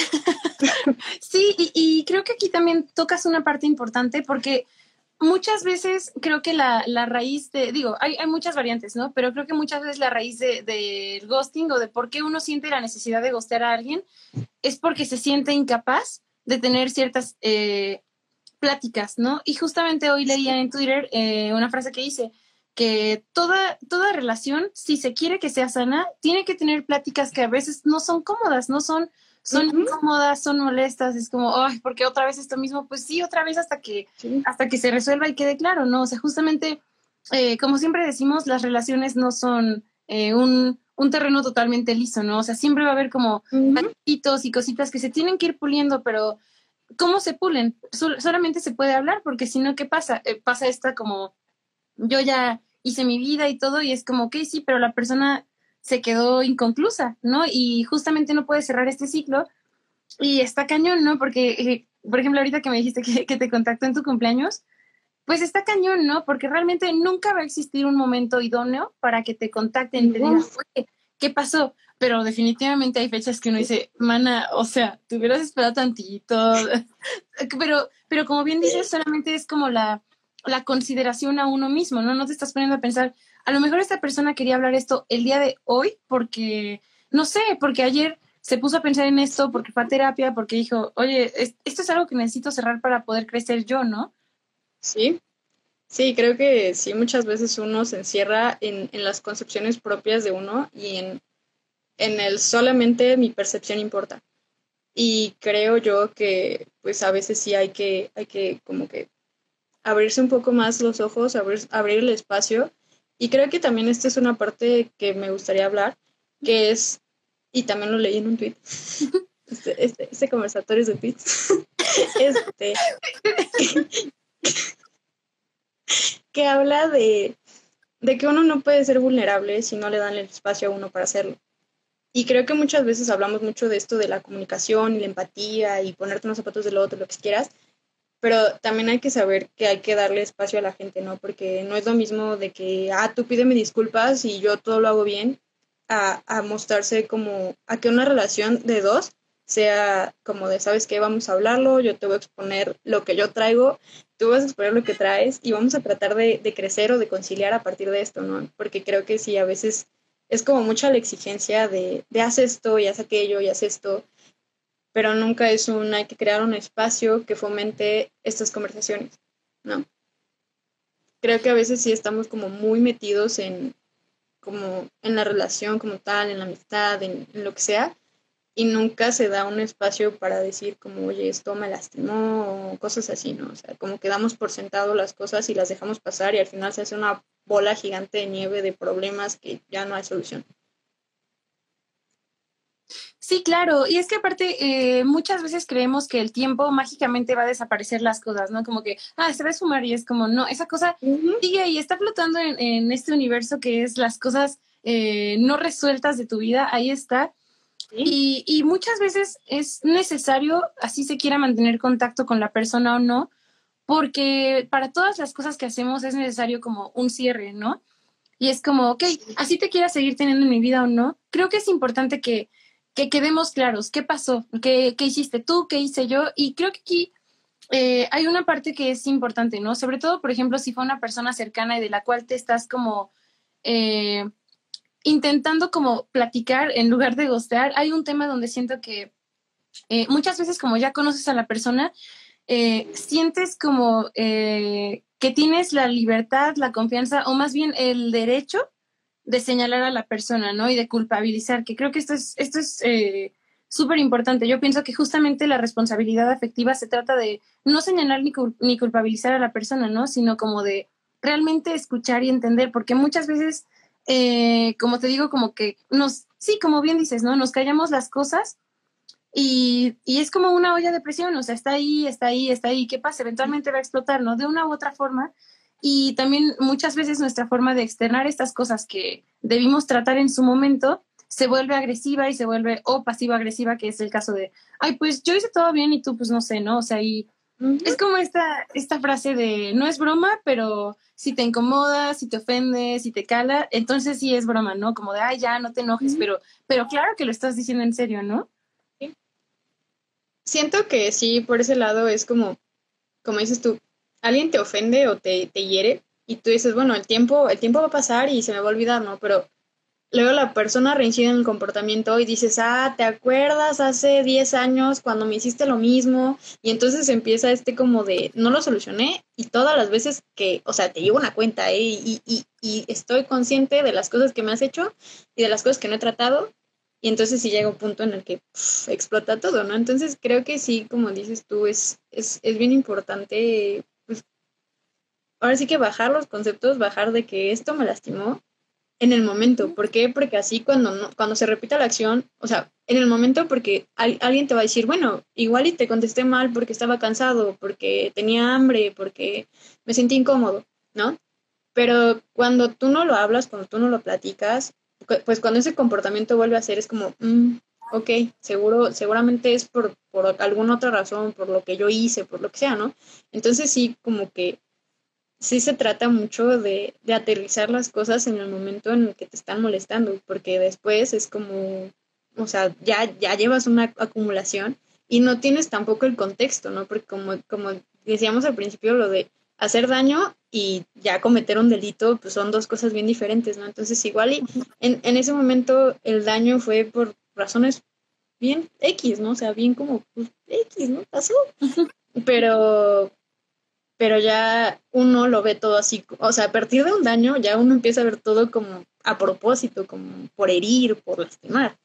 Sí, y creo que aquí también tocas una parte importante porque muchas veces creo que la raíz hay muchas variantes, ¿no? Pero creo que muchas veces la raíz del ghosting o de por qué uno siente la necesidad de ghostear a alguien es porque se siente incapaz de tener ciertas pláticas, ¿no? Y justamente hoy leía en Twitter una frase que dice que toda relación, si se quiere que sea sana, tiene que tener pláticas que a veces no son cómodas, no son incómodas, son molestas, es como, ay, ¿por qué otra vez esto mismo? Pues sí, otra vez hasta que se resuelva y quede claro, ¿no? O sea, justamente, como siempre decimos, las relaciones no son un terreno totalmente liso, ¿no? O sea, siempre va a haber como patitos y cositas que se tienen que ir puliendo, pero ¿cómo se pulen? Solamente se puede hablar, porque si no, ¿qué pasa? Pasa esta como, yo ya hice mi vida y todo, y es como, ok, sí, pero la persona se quedó inconclusa, ¿no? Y justamente no puede cerrar este ciclo, y está cañón, ¿no? Porque, por ejemplo, ahorita que me dijiste que te contactó en tu cumpleaños, pues está cañón, ¿no? Porque realmente nunca va a existir un momento idóneo para que te contacten y te digan, oye, ¿qué pasó? Pero definitivamente hay fechas que uno dice, mana, o sea, te hubieras esperado tantito. pero como bien dices, solamente es como la consideración a uno mismo, ¿no? No te estás poniendo a pensar, a lo mejor esta persona quería hablar esto el día de hoy porque, no sé, porque ayer se puso a pensar en esto, porque fue a terapia, porque dijo, oye, esto es algo que necesito cerrar para poder crecer yo, ¿no? Sí, sí, creo que sí, muchas veces uno se encierra en las concepciones propias de uno y en el solamente mi percepción importa. Y creo yo que pues a veces sí hay que como que abrirse un poco más los ojos, abrir el espacio. Y creo que también esta es una parte que me gustaría hablar, que es, y también lo leí en un tweet, este conversatorio de tweets, este, que habla de que uno no puede ser vulnerable si no le dan el espacio a uno para hacerlo. Y creo que muchas veces hablamos mucho de esto de la comunicación y la empatía y ponerte en los zapatos del otro, lo que quieras, pero también hay que saber que hay que darle espacio a la gente, ¿no? Porque no es lo mismo de que, tú pídeme disculpas y yo todo lo hago bien, a mostrarse como, a que una relación de dos sea como de, ¿sabes qué? Vamos a hablarlo, yo te voy a exponer lo que yo traigo, tú vas a exponer lo que traes y vamos a tratar de crecer o de conciliar a partir de esto, ¿no? Porque creo que sí, a veces es como mucha la exigencia de haz esto y haz aquello y haz esto, pero nunca es hay que crear un espacio que fomente estas conversaciones, ¿no? Creo que a veces sí estamos como muy metidos como en la relación como tal, en la amistad, en lo que sea, y nunca se da un espacio para decir como, oye, esto me lastimó, o cosas así, ¿no? O sea, como que damos por sentado las cosas y las dejamos pasar y al final se hace una bola gigante de nieve de problemas que ya no hay solución. Sí, claro, y es que aparte muchas veces creemos que el tiempo mágicamente va a desaparecer las cosas, ¿no? Como que, se va a esfumar y es como, no, esa cosa sigue ahí, está flotando en este universo que es las cosas no resueltas de tu vida, ahí está. ¿Sí? Y muchas veces es necesario, así se quiera mantener contacto con la persona o no, porque para todas las cosas que hacemos es necesario como un cierre, ¿no? Y es como, ok, así te quieras seguir teniendo en mi vida o no, creo que es importante que quedemos claros, qué pasó, qué hiciste tú, qué hice yo, y creo que aquí hay una parte que es importante, ¿no? Sobre todo, por ejemplo, si fue una persona cercana y de la cual te estás como intentando como platicar en lugar de ghostear, hay un tema donde siento que muchas veces como ya conoces a la persona, sientes como que tienes la libertad, la confianza o más bien el derecho de señalar a la persona, ¿no? Y de culpabilizar, que creo que esto es súper importante. Yo pienso que justamente la responsabilidad afectiva se trata de no señalar ni culpabilizar a la persona, ¿no? Sino como de realmente escuchar y entender, porque muchas veces, como te digo, como que sí, como bien dices, ¿no? Nos callamos las cosas y es como una olla de presión, o sea, está ahí, ¿qué pasa? Eventualmente va a explotar, ¿no? De una u otra forma. Y también muchas veces nuestra forma de externar estas cosas que debimos tratar en su momento se vuelve agresiva y se vuelve pasivo-agresiva, que es el caso de, ay, pues yo hice todo bien y tú, pues no sé, ¿no? O sea, y Es como esta frase de no es broma, pero si te incomoda, si te ofende, si te cala, entonces sí es broma, ¿no? Como de, ay, ya, no te enojes, pero claro que lo estás diciendo en serio, ¿no? Sí. Siento que sí, por ese lado es como dices tú, alguien te ofende o te hiere y tú dices, bueno, el tiempo va a pasar y se me va a olvidar, ¿no? Pero luego la persona reincide en el comportamiento y dices, ¿te acuerdas hace 10 años cuando me hiciste lo mismo? Y entonces empieza como de, no lo solucioné y todas las veces que, o sea, te llevo una cuenta, ¿eh? Y estoy consciente de las cosas que me has hecho y de las cosas que no he tratado. Y entonces sí llega un punto en el que explota todo, ¿no? Entonces creo que sí, como dices tú, es bien importante, pues ahora sí que bajar los conceptos, bajar de que esto me lastimó en el momento. ¿Por qué? Porque así cuando se repita la acción, o sea, en el momento porque alguien te va a decir, bueno, igual y te contesté mal porque estaba cansado, porque tenía hambre, porque me sentí incómodo, ¿no? Pero cuando tú no lo hablas, cuando tú no lo platicas, pues cuando ese comportamiento vuelve a ser, es como, ok, seguramente es por alguna otra razón, por lo que yo hice, por lo que sea, ¿no? Entonces sí, como que sí se trata mucho de aterrizar las cosas en el momento en el que te están molestando, porque después es como, o sea, ya llevas una acumulación y no tienes tampoco el contexto, ¿no? Porque como decíamos al principio, lo de hacer daño y ya cometer un delito, pues son dos cosas bien diferentes, ¿no? Entonces igual y en ese momento el daño fue por razones bien X, ¿no? O sea, bien como, pues, X, ¿no? Pasó. Pero, pero ya uno lo ve todo así, o sea, a partir de un daño ya uno empieza a ver todo como a propósito, como por herir, por lastimar.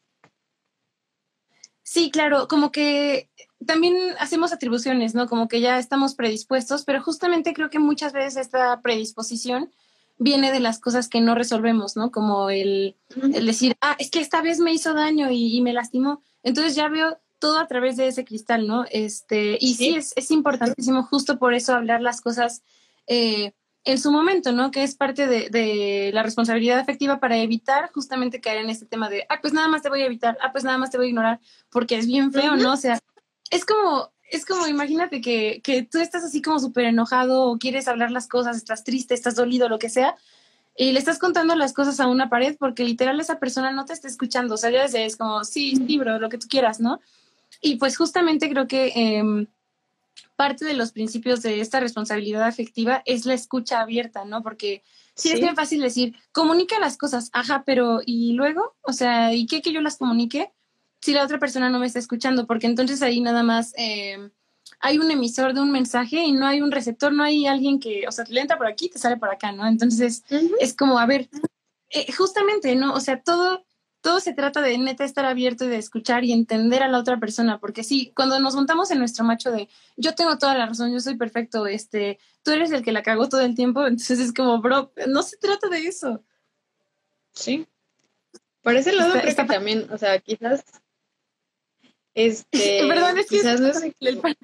Sí, claro, como que también hacemos atribuciones, ¿no? Como que ya estamos predispuestos, pero justamente creo que muchas veces esta predisposición viene de las cosas que no resolvemos, ¿no? Como el decir, es que esta vez me hizo daño y me lastimó. Entonces ya veo todo a través de ese cristal, ¿no? Y sí, Sí, es importantísimo justo por eso hablar las cosas en su momento, ¿no? Que es parte de la responsabilidad afectiva para evitar justamente caer en este tema de, pues nada más te voy a evitar, pues nada más te voy a ignorar porque es bien feo, ¿no? O sea, es como imagínate que tú estás así como súper enojado o quieres hablar las cosas, estás triste, estás dolido, lo que sea, y le estás contando las cosas a una pared porque literal esa persona no te está escuchando, o sea, ya es como, sí, sí, bro, lo que tú quieras, ¿no? Y pues justamente creo que parte de los principios de esta responsabilidad afectiva es la escucha abierta, ¿no? Porque sí es bien sí, fácil decir, comunica las cosas, pero ¿y luego? O sea, ¿y qué que yo las comunique si la otra persona no me está escuchando? Porque entonces ahí nada más hay un emisor de un mensaje y no hay un receptor, no hay alguien que, o sea, le entra por aquí, te sale por acá, ¿no? Entonces es como, a ver, justamente, ¿no? O sea, todo se trata de neta estar abierto y de escuchar y entender a la otra persona, porque sí, cuando nos montamos en nuestro macho de yo tengo toda la razón, yo soy perfecto, tú eres el que la cagó todo el tiempo, entonces es como, bro, no se trata de eso. sí. Por ese lado Está, creo que está, también, o sea, perdón, es que es quizás no es,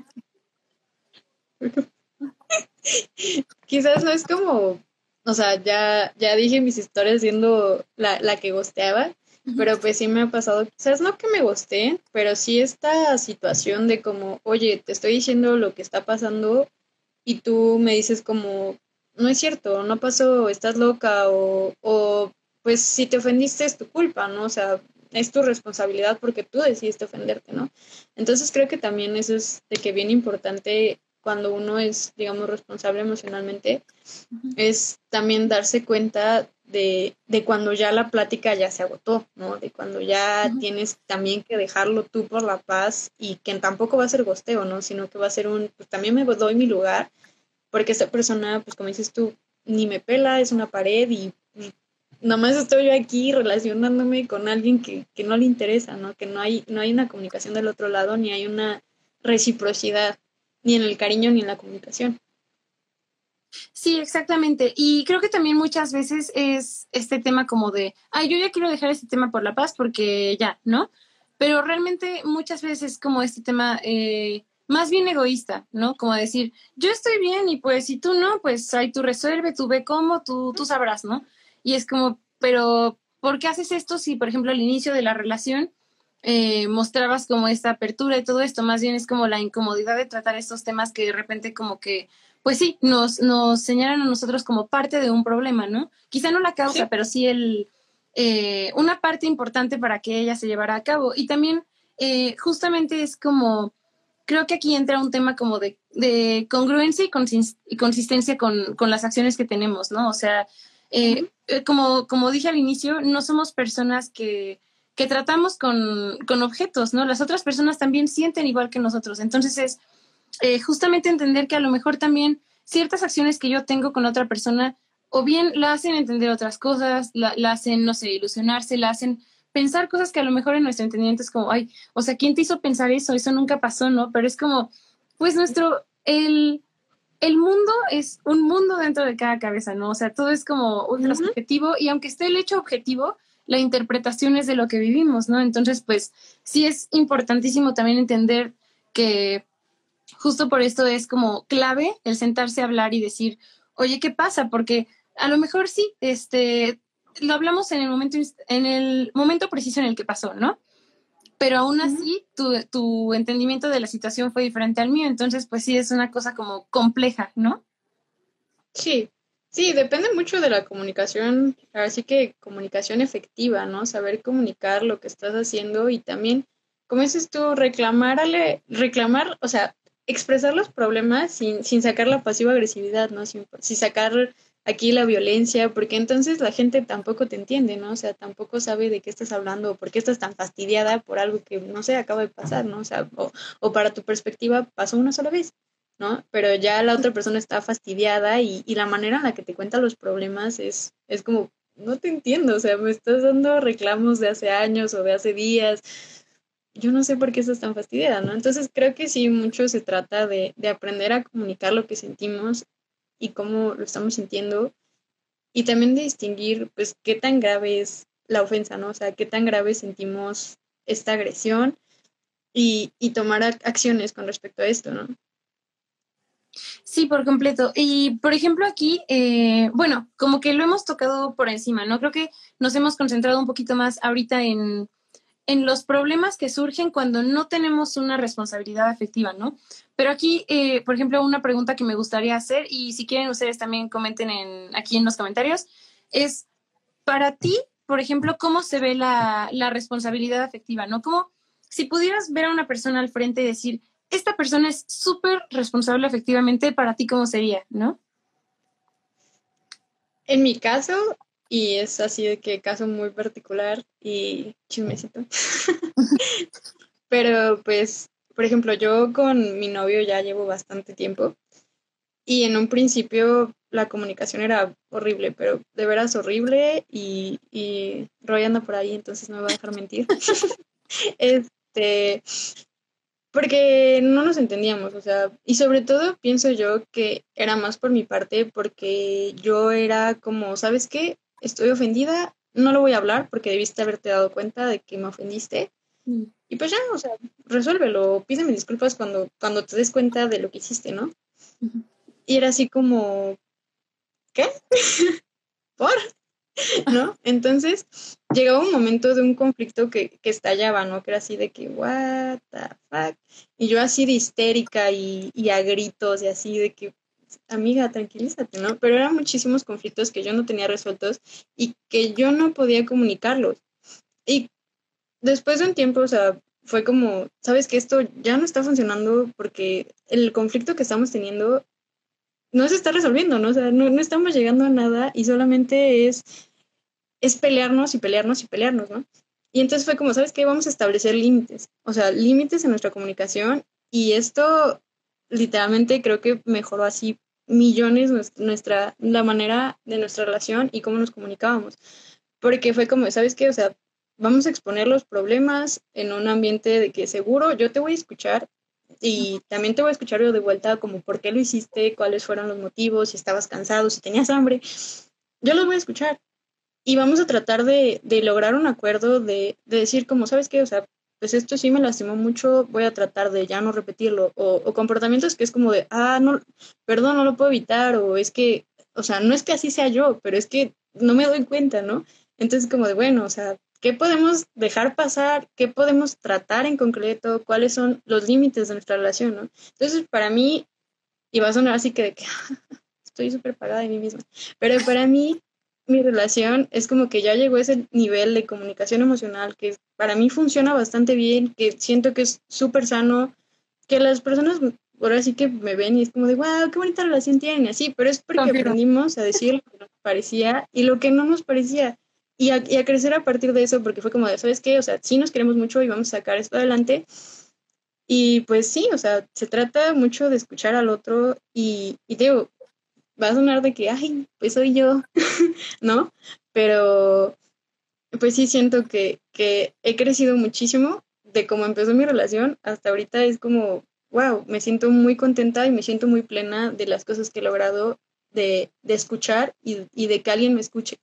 quizás no es como, o sea, ya dije mis historias siendo la que gosteaba, pero pues sí me ha pasado, quizás no que me gosteen, pero sí esta situación de como, oye, te estoy diciendo lo que está pasando y tú me dices como, no es cierto, no pasó, estás loca o pues si te ofendiste es tu culpa, ¿no? O sea, es tu responsabilidad porque tú decidiste ofenderte, ¿no? Entonces creo que también eso es de que bien importante cuando uno es, digamos, responsable emocionalmente, es también darse cuenta de cuando ya la plática ya se agotó, ¿no? De cuando ya tienes también que dejarlo tú por la paz y que tampoco va a ser gosteo, ¿no? Sino que va a ser pues también me doy mi lugar porque esta persona, pues como dices tú, ni me pela, es una pared y pues, nomás estoy yo aquí relacionándome con alguien que no le interesa, ¿no? Que no hay una comunicación del otro lado, ni hay una reciprocidad, ni en el cariño ni en la comunicación. Sí, exactamente. Y creo que también muchas veces es este tema como de, yo ya quiero dejar este tema por la paz porque ya, ¿no? Pero realmente muchas veces como este tema más bien egoísta, ¿no? Como decir, yo estoy bien y pues si tú no, pues ahí tú resuelve, tú ve cómo, tú sabrás, ¿no? Y es como, pero ¿por qué haces esto si, por ejemplo, al inicio de la relación mostrabas como esta apertura y todo esto, más bien es como la incomodidad de tratar estos temas que de repente como que, pues sí, nos señalan a nosotros como parte de un problema, ¿no? Quizá no la causa, Sí. pero sí una parte importante para que ella se llevara a cabo. Y también justamente es como, creo que aquí entra un tema como de congruencia y consistencia con las acciones que tenemos, ¿no? O sea, como dije al inicio, no somos personas que tratamos con objetos, ¿no? Las otras personas también sienten igual que nosotros. Entonces es justamente entender que a lo mejor también ciertas acciones que yo tengo con otra persona o bien la hacen entender otras cosas, la hacen, no sé, ilusionarse, la hacen pensar cosas que a lo mejor en nuestro entendimiento es como, ay, o sea, ¿quién te hizo pensar eso? Eso nunca pasó, ¿no? Pero es como, pues el mundo es un mundo dentro de cada cabeza, ¿no? O sea, todo es como ultra Ujú. subjetivo y aunque esté el hecho objetivo, la interpretación es de lo que vivimos, ¿no? Entonces, pues sí es importantísimo también entender que justo por esto es como clave el sentarse a hablar y decir, oye, ¿qué pasa? Porque a lo mejor sí, lo hablamos en el momento preciso en el que pasó, ¿no? Pero aún Ujú. así tu entendimiento de la situación fue diferente al mío, entonces pues sí es una cosa como compleja, ¿no? Sí, sí, depende mucho de la comunicación, así que comunicación efectiva, ¿no? Saber comunicar lo que estás haciendo y también, como dices tú, reclamar, o sea, expresar los problemas sin sacar la pasiva agresividad, ¿no? Sin sacar aquí la violencia, porque entonces la gente tampoco te entiende, ¿no? O sea, tampoco sabe de qué estás hablando o por qué estás tan fastidiada por algo que, no sé, acaba de pasar, ¿no? O sea, o para tu perspectiva pasó una sola vez. ¿No? Pero ya la otra persona está fastidiada y la manera en la que te cuenta los problemas es como, no te entiendo, o sea, me estás dando reclamos de hace años o de hace días, yo no sé por qué estás tan fastidiada, ¿no? Entonces creo que sí, mucho se trata de aprender a comunicar lo que sentimos y cómo lo estamos sintiendo y también de distinguir, pues, qué tan grave es la ofensa, ¿no? O sea, qué tan grave sentimos esta agresión y tomar acciones con respecto a esto, ¿no? Sí, por completo. Y por ejemplo aquí, bueno, como que lo hemos tocado por encima, ¿no? Creo que nos hemos concentrado un poquito más ahorita en los problemas que surgen cuando no tenemos una responsabilidad afectiva, ¿no? Pero aquí, por ejemplo, una pregunta que me gustaría hacer, y si quieren ustedes también comenten aquí en los comentarios, es, para ti, por ejemplo, ¿cómo se ve la responsabilidad afectiva, ¿no? Como si pudieras ver a una persona al frente y decir, esta persona es súper responsable efectivamente, para ti, ¿cómo sería, no? En mi caso, y es así de que caso muy particular y chismecito, pero pues, por ejemplo, yo con mi novio ya llevo bastante tiempo y en un principio la comunicación era horrible, pero de veras horrible y Roy anda por ahí, entonces no me va a dejar mentir. Este, porque no nos entendíamos, o sea, y sobre todo pienso yo que era más por mi parte, porque yo era como, ¿sabes qué? Estoy ofendida, no lo voy a hablar porque debiste haberte dado cuenta de que me ofendiste. Mm. Y pues ya, o sea, resuélvelo, pídeme disculpas cuando te des cuenta de lo que hiciste, ¿no? Ujú. Y era así como, ¿qué? ¿Por? ¿No? Entonces llegaba un momento de un conflicto que estallaba, ¿no? Que era así de que, what the fuck. Y yo así de histérica y a gritos y así de que, amiga, tranquilízate, ¿no? Pero eran muchísimos conflictos que yo no tenía resueltos y que yo no podía comunicarlos. Y después de un tiempo, o sea, fue como, sabes que esto ya no está funcionando porque el conflicto que estamos teniendo no se está resolviendo, ¿no? O sea, no estamos llegando a nada y solamente es pelearnos y pelearnos y pelearnos, ¿no? Y entonces fue como, ¿sabes qué? Vamos a establecer límites, o sea, límites en nuestra comunicación y esto literalmente creo que mejoró así millones la manera de nuestra relación y cómo nos comunicábamos, porque fue como, ¿sabes qué? O sea, vamos a exponer los problemas en un ambiente de que seguro yo te voy a escuchar y también te voy a escuchar yo de vuelta como por qué lo hiciste, cuáles fueron los motivos, si estabas cansado, si tenías hambre, yo los voy a escuchar y vamos a tratar de lograr un acuerdo, de decir como, ¿sabes qué? O sea, pues esto sí me lastimó mucho, voy a tratar de ya no repetirlo. O comportamientos que es como de, no, perdón, no lo puedo evitar, o es que, o sea, no es que así sea yo, pero es que no me doy cuenta, ¿no? Entonces como de, bueno, o sea, qué podemos dejar pasar, qué podemos tratar en concreto, cuáles son los límites de nuestra relación, ¿no? Entonces, para mí, y va a sonar así que de que estoy súper pagada de mí misma, pero para mí, mi relación es como que ya llegó a ese nivel de comunicación emocional que para mí funciona bastante bien, que siento que es súper sano, que las personas ahora sí que me ven y es como de, wow, qué bonita relación tienen, y así, pero es porque Confirmo. aprendimos a decir lo que nos parecía y lo que no nos parecía. Y a crecer a partir de eso, porque fue como de, ¿sabes qué? O sea, sí nos queremos mucho y vamos a sacar esto adelante. Y pues sí, o sea, se trata mucho de escuchar al otro y digo, va a sonar de que, ay, pues soy yo, ¿no? Pero pues sí siento que he crecido muchísimo de cómo empezó mi relación hasta ahorita es como, wow, me siento muy contenta y me siento muy plena de las cosas que he logrado de escuchar y de que alguien me escuche.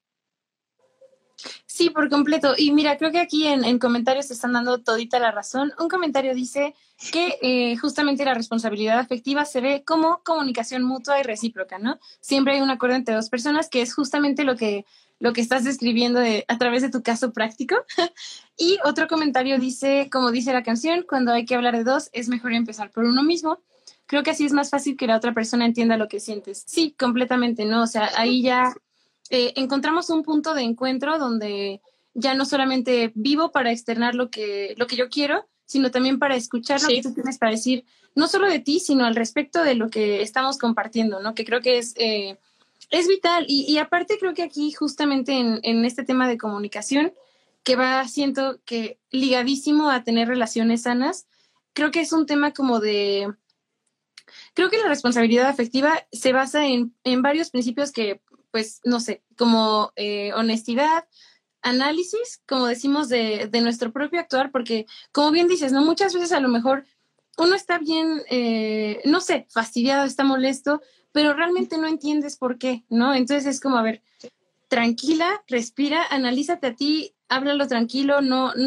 Sí, por completo. Y mira, creo que aquí en comentarios te están dando todita la razón. Un comentario dice que justamente la responsabilidad afectiva se ve como comunicación mutua y recíproca, ¿no? Siempre hay un acuerdo entre dos personas, que es justamente lo que estás describiendo a través de tu caso práctico. Y otro comentario dice, como dice la canción, cuando hay que hablar de dos, es mejor empezar por uno mismo. Creo que así es más fácil que la otra persona entienda lo que sientes. Sí, completamente, ¿no? O sea, ahí ya encontramos un punto de encuentro donde ya no solamente vivo para externar lo que yo quiero, sino también para escuchar lo que Sí, tú tienes para decir, no solo de ti, sino al respecto de lo que estamos compartiendo, ¿no? Que creo que es vital. Y aparte creo que aquí justamente en este tema de comunicación, que va, siento que ligadísimo a tener relaciones sanas, creo que es un tema como de creo que la responsabilidad afectiva se basa en varios principios que, pues, no sé, como honestidad, análisis, como decimos, de nuestro propio actuar, porque, como bien dices, ¿no? Muchas veces a lo mejor uno está bien, no sé, fastidiado, está molesto, pero realmente no entiendes por qué, ¿no? Entonces es como, a ver, tranquila, respira, analízate a ti, háblalo tranquilo,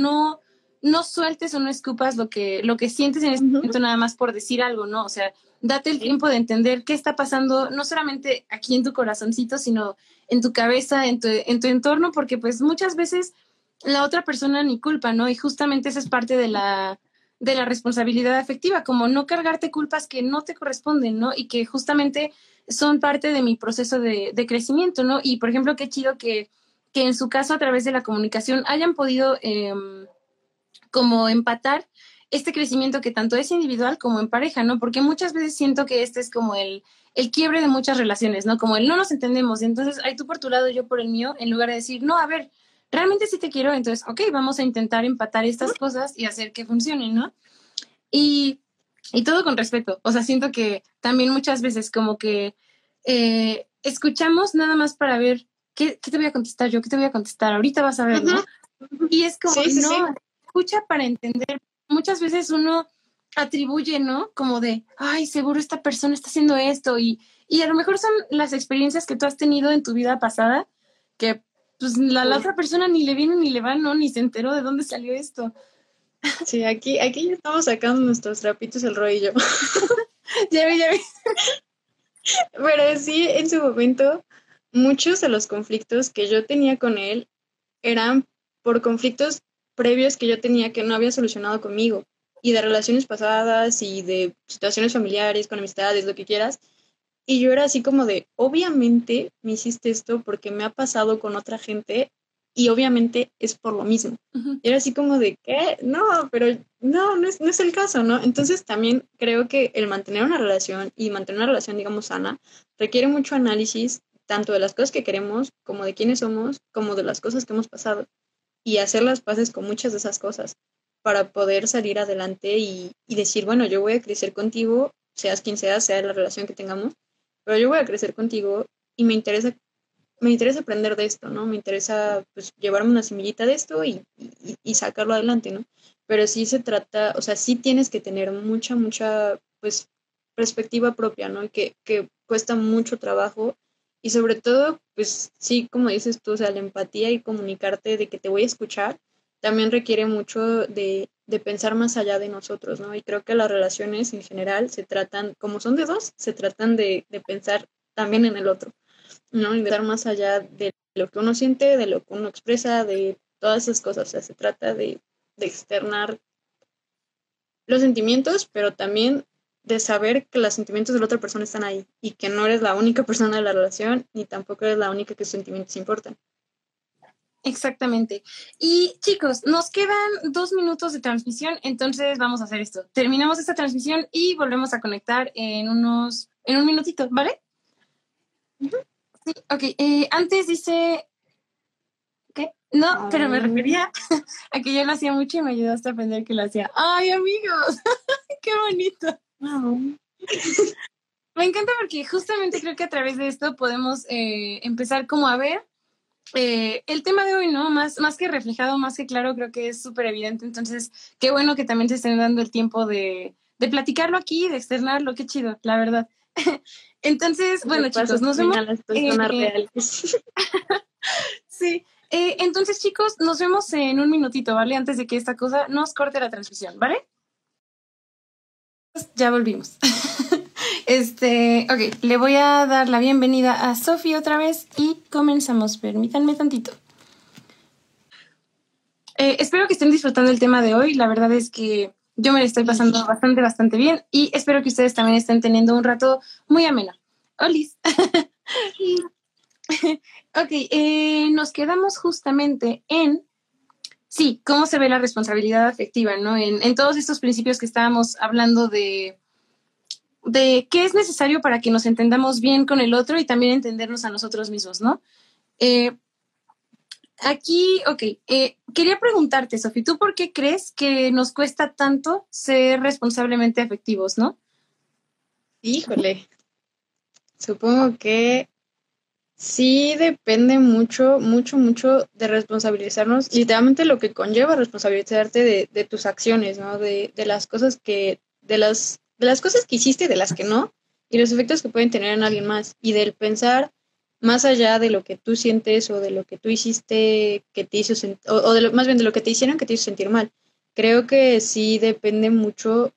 no sueltes o no escupas lo que sientes en ese ujú, momento nada más por decir algo, ¿no? O sea, date el sí, tiempo de entender qué está pasando, no solamente aquí en tu corazoncito, sino en tu cabeza, en tu entorno, porque pues muchas veces la otra persona ni culpa, ¿no? Y justamente esa es parte de la responsabilidad afectiva, como no cargarte culpas que no te corresponden, ¿no? Y que justamente son parte de mi proceso de crecimiento, ¿no? Y, por ejemplo, qué chido que en su caso, a través de la comunicación, hayan podido como empatar este crecimiento que tanto es individual como en pareja, ¿no? Porque muchas veces siento que este es como el quiebre de muchas relaciones, ¿no? Como el no nos entendemos, entonces hay tú por tu lado, yo por el mío, en lugar de decir, no, a ver, realmente sí te quiero, entonces, ok, vamos a intentar empatar estas cosas y hacer que funcionen, ¿no? Y, y todo con respeto. O sea, siento que también muchas veces como que escuchamos nada más para ver qué te voy a contestar yo, qué te voy a contestar, ahorita vas a ver, ujú, ¿no? Y es como, sí, sí, sí, no, escucha para entender. Muchas veces uno atribuye, ¿no? Como de, ay, seguro esta persona está haciendo esto y a lo mejor son las experiencias que tú has tenido en tu vida pasada que pues la otra persona ni le viene ni le va, ¿no? Ni se enteró de dónde salió esto. sí, aquí ya estamos sacando nuestros trapitos el rollo. Ya vi. Pero sí, en su momento, muchos de los conflictos que yo tenía con él eran por conflictos previos que yo tenía que no había solucionado conmigo, y de relaciones pasadas y de situaciones familiares, con amistades, lo que quieras. Y yo era así como de, obviamente me hiciste esto porque me ha pasado con otra gente y obviamente es por lo mismo. Uh-huh. Y era así como de, ¿qué? No, pero no es el caso, ¿no? Entonces también creo que el mantener una relación y mantener una relación, digamos, sana, requiere mucho análisis, tanto de las cosas que queremos, como de quiénes somos, como de las cosas que hemos pasado, y hacer las paces con muchas de esas cosas para poder salir adelante y decir, bueno, yo voy a crecer contigo, seas quien seas, sea la relación que tengamos, pero yo voy a crecer contigo y me interesa aprender de esto, ¿no? Me interesa pues llevarme una semillita de esto y sacarlo adelante, ¿no? Pero sí se trata, o sea, sí tienes que tener mucha, pues, perspectiva propia, ¿no? Y que cuesta mucho trabajo y sobre todo, pues sí, como dices tú, o sea, la empatía y comunicarte de que te voy a escuchar también requiere mucho de pensar más allá de nosotros, ¿no? Y creo que las relaciones en general se tratan, como son de dos, se tratan de pensar también en el otro, ¿no? Y de estar más allá de lo que uno siente, de lo que uno expresa, de todas esas cosas. O sea, se trata de externar los sentimientos, pero también de saber que los sentimientos de la otra persona están ahí y que no eres la única persona de la relación, ni tampoco eres la única que sus sentimientos importan. Exactamente. Y chicos, nos quedan 2 minutos de transmisión, entonces vamos a hacer esto. Terminamos esta transmisión y volvemos a conectar en un minutito, ¿vale? Uh-huh. Sí, ok. Antes dice... ¿Qué? No, pero me refería a que yo lo hacía mucho y me ayudaste a aprender que lo hacía. ¡Ay, amigos! ¡Qué bonito! Me encanta porque justamente creo que a través de esto podemos empezar como a ver el tema de hoy, ¿no? Más que reflejado, más que claro, creo que es súper evidente. Entonces, qué bueno que también se estén dando el tiempo de platicarlo aquí, de externarlo, qué chido, la verdad. Entonces, bueno, chicos, nos vemos. A las personas reales. Sí. Entonces, chicos, nos vemos en un minutito, ¿vale? Antes de que esta cosa nos corte la transmisión, ¿vale? Ya volvimos. Ok, le voy a dar la bienvenida a Sofi otra vez y comenzamos. Permítanme tantito. Espero que estén disfrutando el tema de hoy. La verdad es que yo me lo estoy pasando bastante bien y espero que ustedes también estén teniendo un rato muy ameno. ¡Holis! Ok, nos quedamos justamente en, sí, cómo se ve la responsabilidad afectiva, ¿no? En todos estos principios que estábamos hablando de qué es necesario para que nos entendamos bien con el otro y también entendernos a nosotros mismos, ¿no? Aquí, ok, quería preguntarte, Sofi, ¿tú por qué crees que nos cuesta tanto ser responsablemente afectivos, no? Híjole, supongo que sí depende mucho de responsabilizarnos, literalmente lo que conlleva responsabilizarte de tus acciones, ¿no? De las cosas de las cosas que hiciste y de las que no, y los efectos que pueden tener en alguien más, y del pensar más allá de lo que tú sientes o de lo que tú hiciste que te hizo más bien de lo que te hicieron que te hizo sentir mal. Creo que sí depende mucho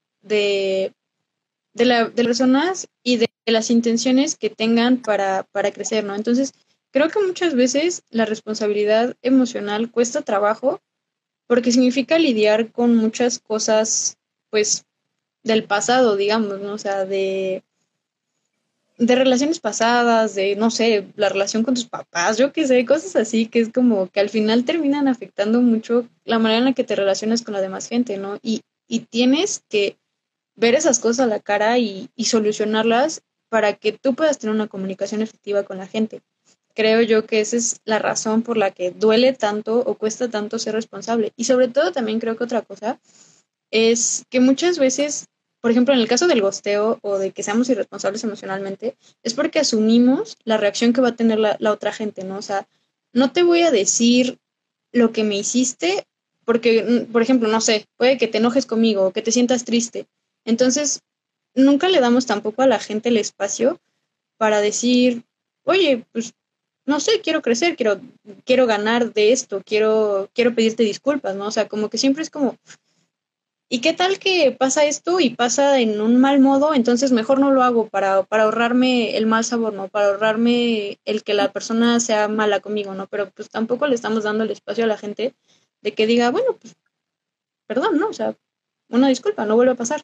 de las personas y de las intenciones que tengan para crecer, ¿no? Entonces, creo que muchas veces la responsabilidad emocional cuesta trabajo porque significa lidiar con muchas cosas, pues, del pasado, digamos, ¿no? O sea, de relaciones pasadas, de, no sé, la relación con tus papás, yo qué sé, cosas así, que es como que al final terminan afectando mucho la manera en la que te relacionas con la demás gente, ¿no? Y tienes que ver esas cosas a la cara y solucionarlas para que tú puedas tener una comunicación efectiva con la gente. Creo yo que esa es la razón por la que duele tanto o cuesta tanto ser responsable. Y sobre todo también creo que otra cosa es que muchas veces, por ejemplo, en el caso del gosteo o de que seamos irresponsables emocionalmente, es porque asumimos la reacción que va a tener la otra gente, ¿no? O sea, no te voy a decir lo que me hiciste porque, por ejemplo, no sé, puede que te enojes conmigo o que te sientas triste. Entonces, nunca le damos tampoco a la gente el espacio para decir, oye, pues, no sé, quiero crecer, quiero ganar de esto, quiero pedirte disculpas, ¿no? O sea, como que siempre es como, ¿y qué tal que pasa esto y pasa en un mal modo? Entonces mejor no lo hago para ahorrarme el mal sabor, ¿no? Para ahorrarme el que la persona sea mala conmigo, ¿no? Pero pues tampoco le estamos dando el espacio a la gente de que diga, bueno, pues, perdón, ¿no? O sea, una disculpa, no vuelve a pasar.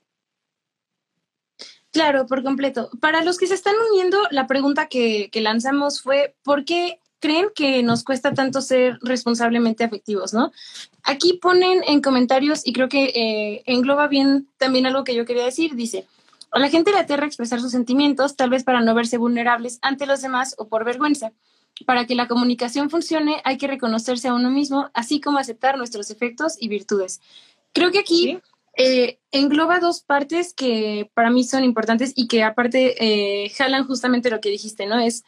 Claro, por completo. Para los que se están uniendo, la pregunta que lanzamos fue, ¿por qué creen que nos cuesta tanto ser responsablemente afectivos, no? Aquí ponen en comentarios, y creo que engloba bien también algo que yo quería decir, dice, a la gente le aterra expresar sus sentimientos, tal vez para no verse vulnerables ante los demás o por vergüenza. Para que la comunicación funcione, hay que reconocerse a uno mismo, así como aceptar nuestros efectos y virtudes. Creo que aquí... ¿Sí? Engloba 2 partes que para mí son importantes y que aparte jalan justamente lo que dijiste, ¿no? Es,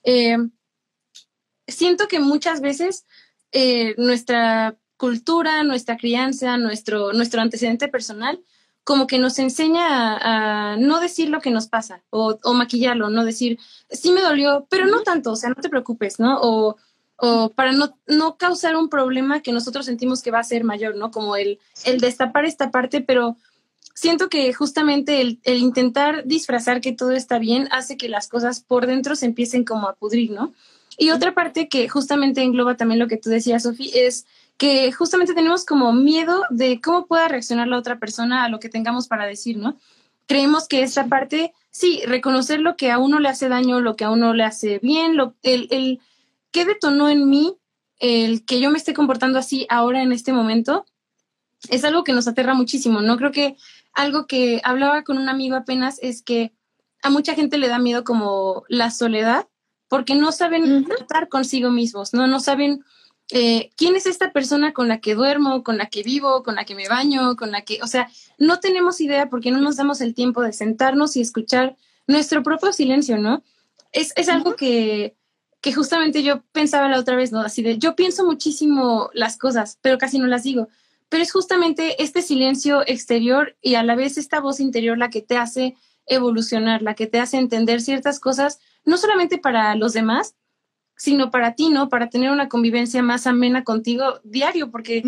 siento que muchas veces nuestra cultura, nuestra crianza, nuestro antecedente personal, como que nos enseña a no decir lo que nos pasa o maquillarlo, no decir, sí me dolió, pero no tanto, o sea, no te preocupes, ¿no? O para no causar un problema que nosotros sentimos que va a ser mayor, ¿no? Como el destapar esta parte, pero siento que justamente el intentar disfrazar que todo está bien hace que las cosas por dentro se empiecen como a pudrir, ¿no? Y otra parte que justamente engloba también lo que tú decías, Sofi, es que justamente tenemos como miedo de cómo pueda reaccionar la otra persona a lo que tengamos para decir, ¿no? Creemos que esta parte, sí, reconocer lo que a uno le hace daño, lo que a uno le hace bien, el qué detonó en mí el que yo me esté comportando así ahora en este momento, es algo que nos aterra muchísimo, ¿no? Creo que algo que hablaba con un amigo apenas es que a mucha gente le da miedo como la soledad porque no saben tratar consigo mismos, ¿no? No saben quién es esta persona con la que duermo, con la que vivo, con la que me baño, con la que, o sea, no tenemos idea porque no nos damos el tiempo de sentarnos y escuchar nuestro propio silencio, ¿no? Es algo que justamente yo pensaba la otra vez, ¿no? Así de, yo pienso muchísimo las cosas, pero casi no las digo. Pero es justamente este silencio exterior y a la vez esta voz interior la que te hace evolucionar, la que te hace entender ciertas cosas, no solamente para los demás, sino para ti, ¿no? Para tener una convivencia más amena contigo diario, porque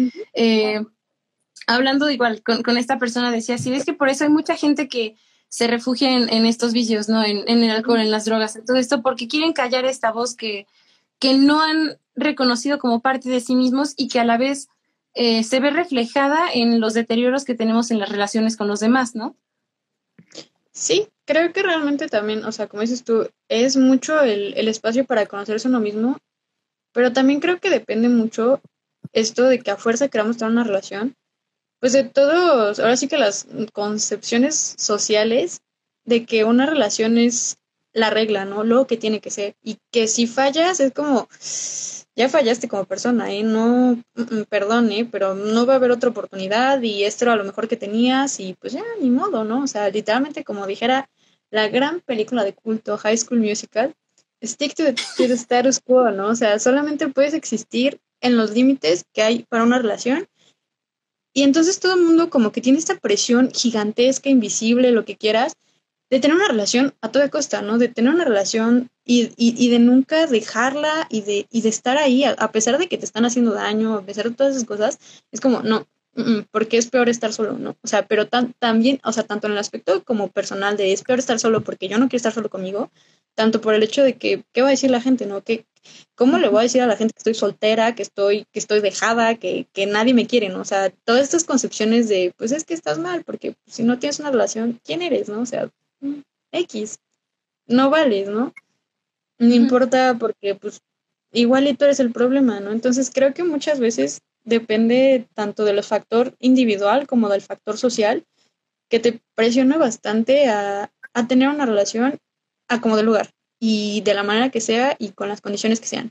hablando igual con esta persona decía, sí, es que por eso hay mucha gente que se refugia en estos vicios, ¿no? En el alcohol, en las drogas, en todo esto, porque quieren callar esta voz que no han reconocido como parte de sí mismos y que a la vez se ve reflejada en los deterioros que tenemos en las relaciones con los demás, ¿no? Sí, creo que realmente también, o sea, como dices tú, es mucho el espacio para conocerse uno mismo, pero también creo que depende mucho esto de que a fuerza queramos tener una relación, pues de todos, ahora sí que las concepciones sociales de que una relación es la regla, ¿no? Lo que tiene que ser. Y que si fallas es como, ya fallaste como persona, ¿eh? No, perdón, ¿eh? Pero no va a haber otra oportunidad y esto era lo mejor que tenías y pues ya, ni modo, ¿no? O sea, literalmente como dijera la gran película de culto, High School Musical, stick to the status quo, ¿no? O sea, solamente puedes existir en los límites que hay para una relación y entonces todo el mundo como que tiene esta presión gigantesca, invisible, lo que quieras, de tener una relación a toda costa, ¿no? De tener una relación y de nunca dejarla y de estar ahí, a pesar de que te están haciendo daño, a pesar de todas esas cosas, es como, no, porque es peor estar solo, ¿no? O sea, pero también, o sea, tanto en el aspecto como personal de es peor estar solo porque yo no quiero estar solo conmigo, tanto por el hecho de que, ¿qué va a decir la gente, no? ¿Cómo le voy a decir a la gente que estoy soltera, que estoy dejada, que nadie me quiere, ¿no? O sea, todas estas concepciones de, pues es que estás mal, porque si no tienes una relación, ¿quién eres, no? O sea, X, no vales, ¿no? No importa porque, pues, igual y tú eres el problema, ¿no? Entonces creo que muchas veces depende tanto del factor individual como del factor social que te presiona bastante a tener una relación a como de lugar y de la manera que sea y con las condiciones que sean.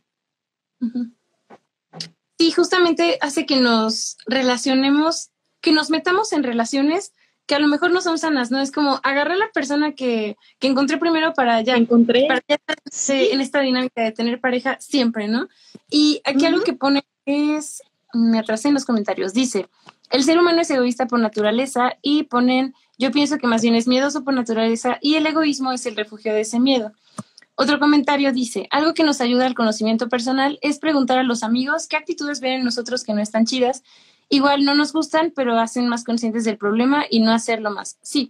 Sí, justamente hace que nos relacionemos, que nos metamos en relaciones que a lo mejor no son sanas, ¿no? Es como agarrar a la persona que encontré primero para ya estar Sí. en esta dinámica de tener pareja siempre, ¿no? Y aquí algo que pone es, me atrasé en los comentarios, dice, el ser humano es egoísta por naturaleza y ponen, yo pienso que más bien es miedoso por naturaleza y el egoísmo es el refugio de ese miedo. Otro comentario dice, algo que nos ayuda al conocimiento personal es preguntar a los amigos qué actitudes ven en nosotros que no están chidas. Igual no nos gustan, pero hacen más conscientes del problema y no hacerlo más. Sí,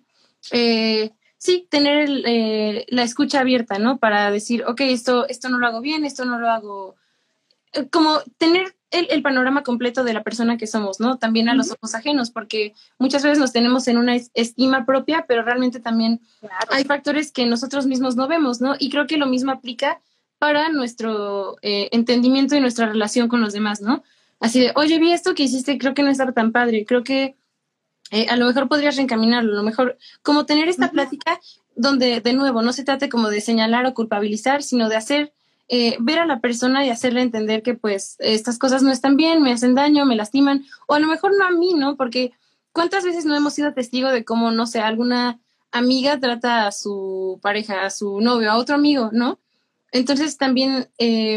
sí, tener la escucha abierta, ¿no? Para decir, ok, esto no lo hago bien, esto no lo hago como tener el panorama completo de la persona que somos, ¿no? También a los ojos ajenos, porque muchas veces nos tenemos en una estima propia, pero realmente también hay factores que nosotros mismos no vemos, ¿no? Y creo que lo mismo aplica para nuestro entendimiento y nuestra relación con los demás, ¿no? Así de, oye, vi esto que hiciste, creo que no está tan padre, creo que a lo mejor podrías reencaminarlo, a lo mejor como tener esta plática donde, de nuevo, no se trate como de señalar o culpabilizar, sino de hacer ver a la persona y hacerle entender que pues estas cosas no están bien, me hacen daño, me lastiman, o a lo mejor no a mí, ¿no? Porque ¿cuántas veces no hemos sido testigo de cómo, no sé, alguna amiga trata a su pareja, a su novio, a otro amigo, ¿no? Entonces también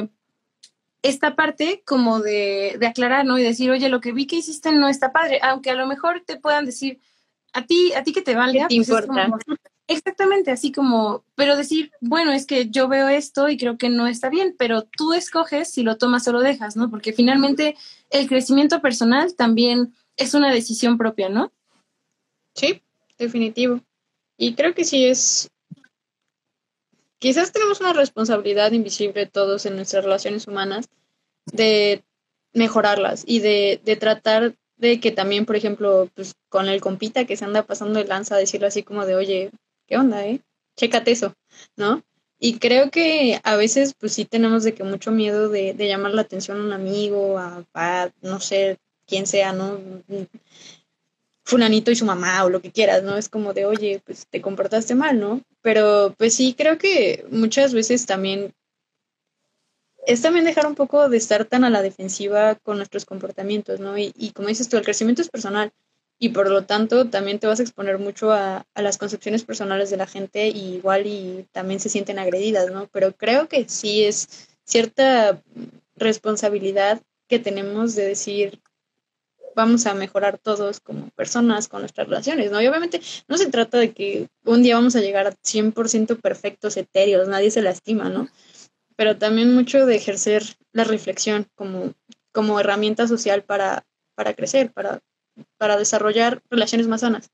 esta parte como de aclarar, ¿no? Y decir, oye, lo que vi que hiciste no está padre, aunque a lo mejor te puedan decir, a ti que te valga, ¿Qué te pues importa? es como, exactamente, así como, pero decir, bueno, es que yo veo esto y creo que no está bien, pero tú escoges si lo tomas o lo dejas, ¿no? Porque finalmente el crecimiento personal también es una decisión propia, ¿no? Sí, definitivo. Y creo que sí es, quizás tenemos una responsabilidad invisible todos en nuestras relaciones humanas de mejorarlas y de tratar de que también, por ejemplo, pues con el compita que se anda pasando de lanza, decirle así como de, oye, ¿qué onda, Chécate eso, ¿no? Y creo que a veces, pues sí tenemos de que mucho miedo de llamar la atención a un amigo, no sé, quién sea, ¿no? Fulanito y su mamá o lo que quieras, ¿no? Es como de, oye, pues te comportaste mal, ¿no? Pero pues sí, creo que muchas veces también es también dejar un poco de estar tan a la defensiva con nuestros comportamientos, ¿no? Y como dices tú, el crecimiento es personal y por lo tanto también te vas a exponer mucho a las concepciones personales de la gente y igual y también se sienten agredidas, ¿no? Pero creo que sí es cierta responsabilidad que tenemos de decir, vamos a mejorar todos como personas con nuestras relaciones, ¿no? Y obviamente no se trata de que un día vamos a llegar a 100% perfectos, etéreos, nadie se lastima, ¿no? Pero también mucho de ejercer la reflexión como herramienta social para crecer, para desarrollar relaciones más sanas.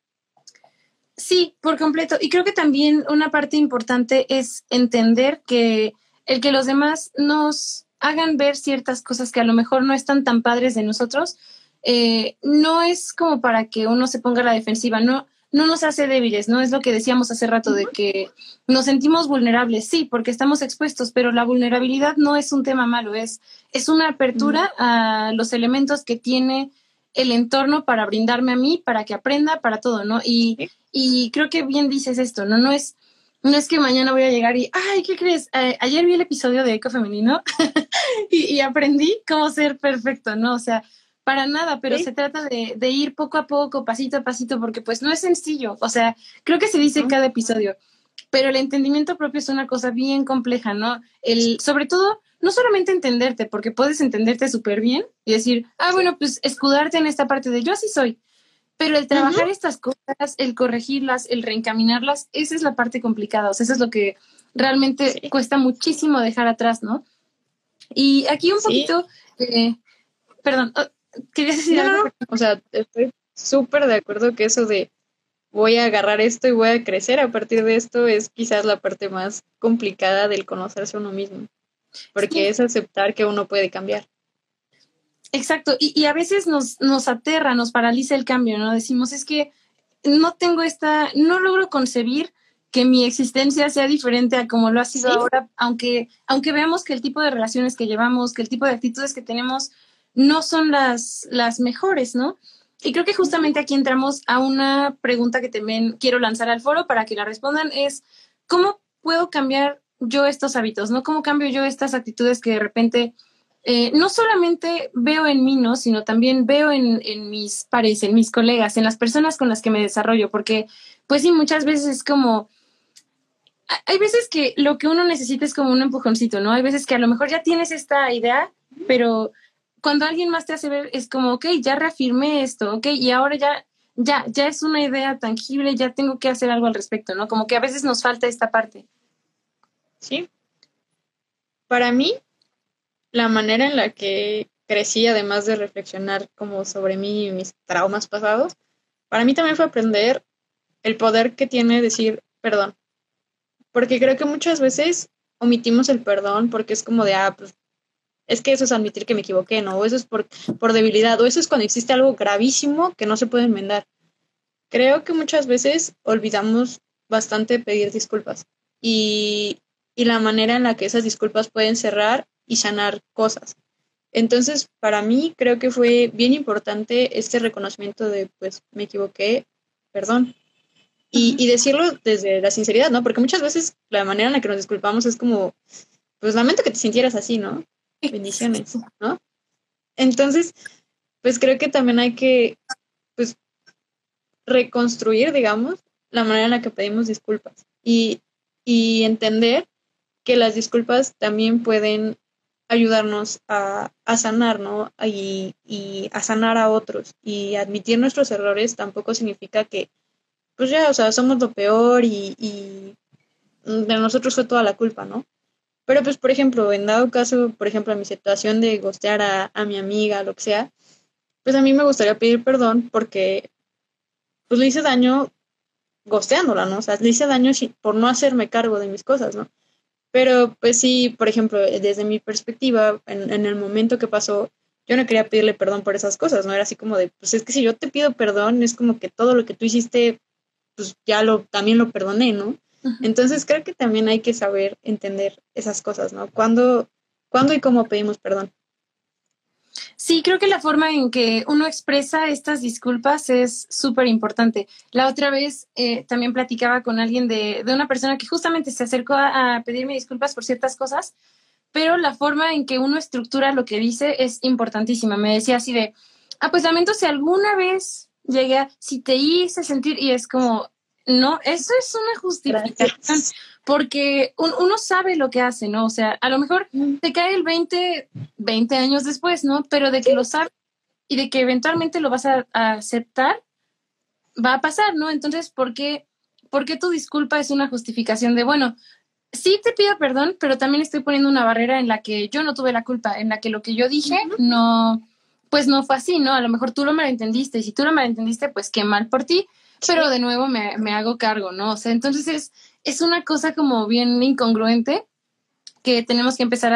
Sí, por completo. Y creo que también una parte importante es entender que el que los demás nos hagan ver ciertas cosas que a lo mejor no están tan padres de nosotros, no es como para que uno se ponga a la defensiva, no nos hace débiles, ¿no? Es lo que decíamos hace rato, de que nos sentimos vulnerables, sí, porque estamos expuestos, pero la vulnerabilidad no es un tema malo, es una apertura a los elementos que tiene el entorno para brindarme a mí, para que aprenda, para todo, ¿no? Y creo que bien dices esto, ¿no? No es que mañana voy a llegar y, ay, ¿qué crees? Ayer vi el episodio de Eco Femenino y aprendí cómo ser perfecto, ¿no? O sea, para nada, pero se trata de ir poco a poco, pasito a pasito, porque pues no es sencillo. O sea, creo que se dice cada episodio, pero el entendimiento propio es una cosa bien compleja, ¿no? Sobre todo, no solamente entenderte, porque puedes entenderte súper bien y decir, bueno, pues escudarte en esta parte de yo así soy. Pero el trabajar estas cosas, el corregirlas, el reencaminarlas, esa es la parte complicada. O sea, eso es lo que realmente cuesta muchísimo dejar atrás, ¿no? Y aquí un poquito, perdón, ¿querías decir algo? O sea, estoy súper de acuerdo que eso de voy a agarrar esto y voy a crecer a partir de esto es quizás la parte más complicada del conocerse a uno mismo, porque es aceptar que uno puede cambiar. Exacto, y a veces nos aterra, nos paraliza el cambio, ¿no? Decimos, es que no logro concebir que mi existencia sea diferente a como lo ha sido ahora, aunque veamos que el tipo de relaciones que llevamos, que el tipo de actitudes que tenemos no son las mejores, ¿no? Y creo que justamente aquí entramos a una pregunta que también quiero lanzar al foro para que la respondan, es ¿cómo puedo cambiar yo estos hábitos, ¿no? ¿Cómo cambio yo estas actitudes que de repente no solamente veo en mí, ¿no? Sino también veo en mis pares, en mis colegas, en las personas con las que me desarrollo? Porque, pues sí, muchas veces es como, hay veces que lo que uno necesita es como un empujoncito, ¿no? Hay veces que a lo mejor ya tienes esta idea, pero cuando alguien más te hace ver, es como, ok, ya reafirmé esto, ok, y ahora ya es una idea tangible, ya tengo que hacer algo al respecto, ¿no? Como que a veces nos falta esta parte. Sí. Para mí, la manera en la que crecí, además de reflexionar como sobre mí y mis traumas pasados, para mí también fue aprender el poder que tiene decir perdón. Porque creo que muchas veces omitimos el perdón porque es como de, pues es que eso es admitir que me equivoqué, ¿no? O eso es por debilidad, o eso es cuando existe algo gravísimo que no se puede enmendar. Creo que muchas veces olvidamos bastante pedir disculpas y la manera en la que esas disculpas pueden cerrar y sanar cosas. Entonces, para mí creo que fue bien importante este reconocimiento de, pues, me equivoqué, perdón. Y decirlo desde la sinceridad, ¿no? Porque muchas veces la manera en la que nos disculpamos es como, pues lamento que te sintieras así, ¿no? Bendiciones, ¿no? Entonces, pues creo que también hay que, pues, reconstruir, digamos, la manera en la que pedimos disculpas y entender que las disculpas también pueden ayudarnos a sanar, ¿no? Y a sanar a otros. Y admitir nuestros errores tampoco significa que, pues ya, o sea, somos lo peor y de nosotros fue toda la culpa, ¿no? Pero pues, por ejemplo, en dado caso, por ejemplo, a mi situación de ghostear a mi amiga, lo que sea, pues a mí me gustaría pedir perdón porque pues le hice daño ghosteándola, ¿no? O sea, le hice daño por no hacerme cargo de mis cosas, ¿no? Pero pues sí, por ejemplo, desde mi perspectiva, en el momento que pasó, yo no quería pedirle perdón por esas cosas, ¿no? Era así como de, pues es que si yo te pido perdón, es como que todo lo que tú hiciste, pues ya también lo perdoné, ¿no? Ujú. Entonces creo que también hay que saber entender esas cosas, ¿no? ¿Cuándo y cómo pedimos perdón? Sí, creo que la forma en que uno expresa estas disculpas es súper importante. La otra vez también platicaba con alguien de una persona que justamente se acercó a pedirme disculpas por ciertas cosas, pero la forma en que uno estructura lo que dice es importantísima. Me decía así de, pues lamento si alguna vez llegué si te hice sentir, y es como, no, eso es una justificación, Gracias. porque uno sabe lo que hace, ¿no? O sea, a lo mejor te cae el 20 años después, ¿no? Pero de que lo sabes y de que eventualmente lo vas a aceptar, va a pasar, ¿no? Entonces, ¿por qué tu disculpa es una justificación de, bueno, sí te pido perdón, pero también estoy poniendo una barrera en la que yo no tuve la culpa, en la que lo que yo dije no, pues no fue así, ¿no? A lo mejor tú lo malentendiste, y si tú lo malentendiste, pues qué mal por ti, pero de nuevo me hago cargo, ¿no? O sea, entonces es una cosa como bien incongruente que tenemos que empezar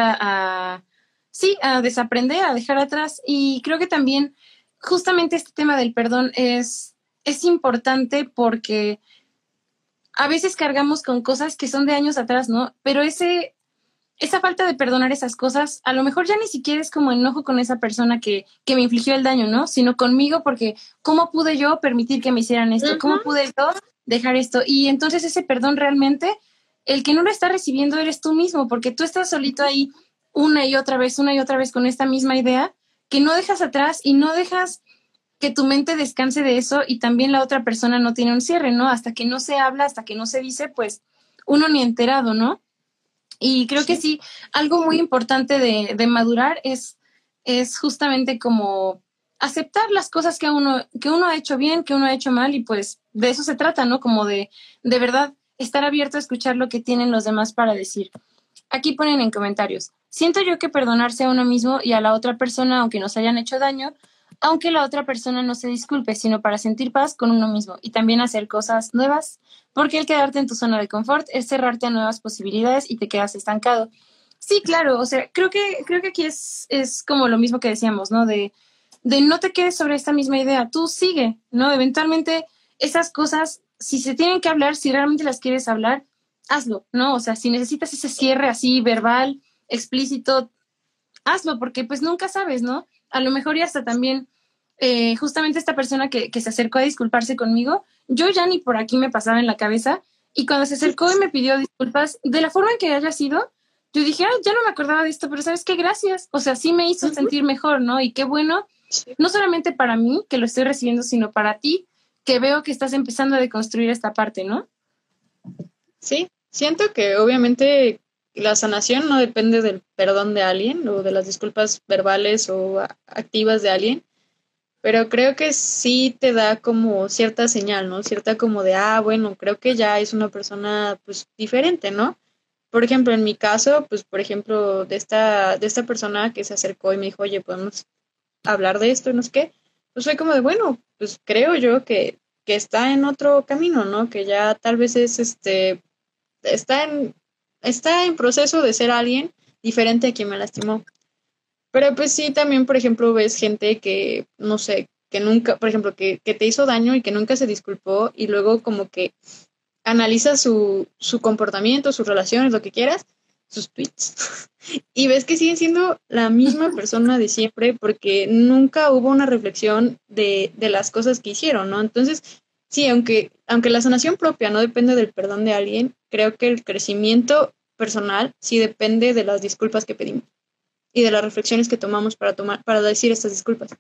sí, a desaprender, a dejar atrás, y creo que también justamente este tema del perdón es importante porque a veces cargamos con cosas que son de años atrás, ¿no? Pero esa falta de perdonar esas cosas, a lo mejor ya ni siquiera es como enojo con esa persona que me infligió el daño, ¿no? Sino conmigo, porque ¿cómo pude yo permitir que me hicieran esto? ¿Cómo pude yo dejar esto? Y entonces ese perdón realmente, el que no lo está recibiendo eres tú mismo, porque tú estás solito ahí una y otra vez con esta misma idea, que no dejas atrás y no dejas que tu mente descanse de eso, y también la otra persona no tiene un cierre, ¿no? Hasta que no se habla, hasta que no se dice, pues uno ni enterado, ¿no? Y creo que sí, algo muy importante de madurar es justamente como aceptar las cosas que uno ha hecho bien, que uno ha hecho mal, y pues de eso se trata, ¿no? Como de verdad estar abierto a escuchar lo que tienen los demás para decir. Aquí ponen en comentarios, siento yo que perdonarse a uno mismo y a la otra persona, aunque nos hayan hecho daño, aunque la otra persona no se disculpe, sino para sentir paz con uno mismo y también hacer cosas nuevas, porque el quedarte en tu zona de confort es cerrarte a nuevas posibilidades y te quedas estancado. Sí, claro, o sea, creo que aquí es como lo mismo que decíamos, ¿no? De no te quedes sobre esta misma idea, tú sigue, ¿no? Eventualmente esas cosas, si se tienen que hablar, si realmente las quieres hablar, hazlo, ¿no? O sea, si necesitas ese cierre así verbal, explícito, hazlo, porque pues nunca sabes, ¿no? A lo mejor y hasta también, justamente esta persona que se acercó a disculparse conmigo, yo ya ni por aquí me pasaba en la cabeza, y cuando se acercó y me pidió disculpas, de la forma en que haya sido, yo dije, ya no me acordaba de esto, pero ¿sabes qué? Gracias. O sea, sí me hizo sentir mejor, ¿no? Y qué bueno, no solamente para mí, que lo estoy recibiendo, sino para ti, que veo que estás empezando a deconstruir esta parte, ¿no? Sí, siento que obviamente la sanación no depende del perdón de alguien o de las disculpas verbales o activas de alguien, pero creo que sí te da como cierta señal, ¿no? Cierta como de, bueno, creo que ya es una persona pues diferente, ¿no? Por ejemplo, en mi caso, pues por ejemplo, de esta persona que se acercó y me dijo, oye, podemos hablar de esto, no sé qué, pues fue como de, bueno, pues creo yo que está en otro camino, ¿no? Que ya tal vez está en, está en proceso de ser alguien diferente a quien me lastimó. Pero pues sí, también, por ejemplo, ves gente que, no sé, que nunca, por ejemplo, que te hizo daño y que nunca se disculpó, y luego como que analiza su comportamiento, sus relaciones, lo que quieras, sus tweets, y ves que siguen siendo la misma persona de siempre porque nunca hubo una reflexión de las cosas que hicieron, ¿no? Entonces, sí, aunque la sanación propia no depende del perdón de alguien, creo que el crecimiento personal sí depende de las disculpas que pedimos y de las reflexiones que tomamos para decir estas disculpas.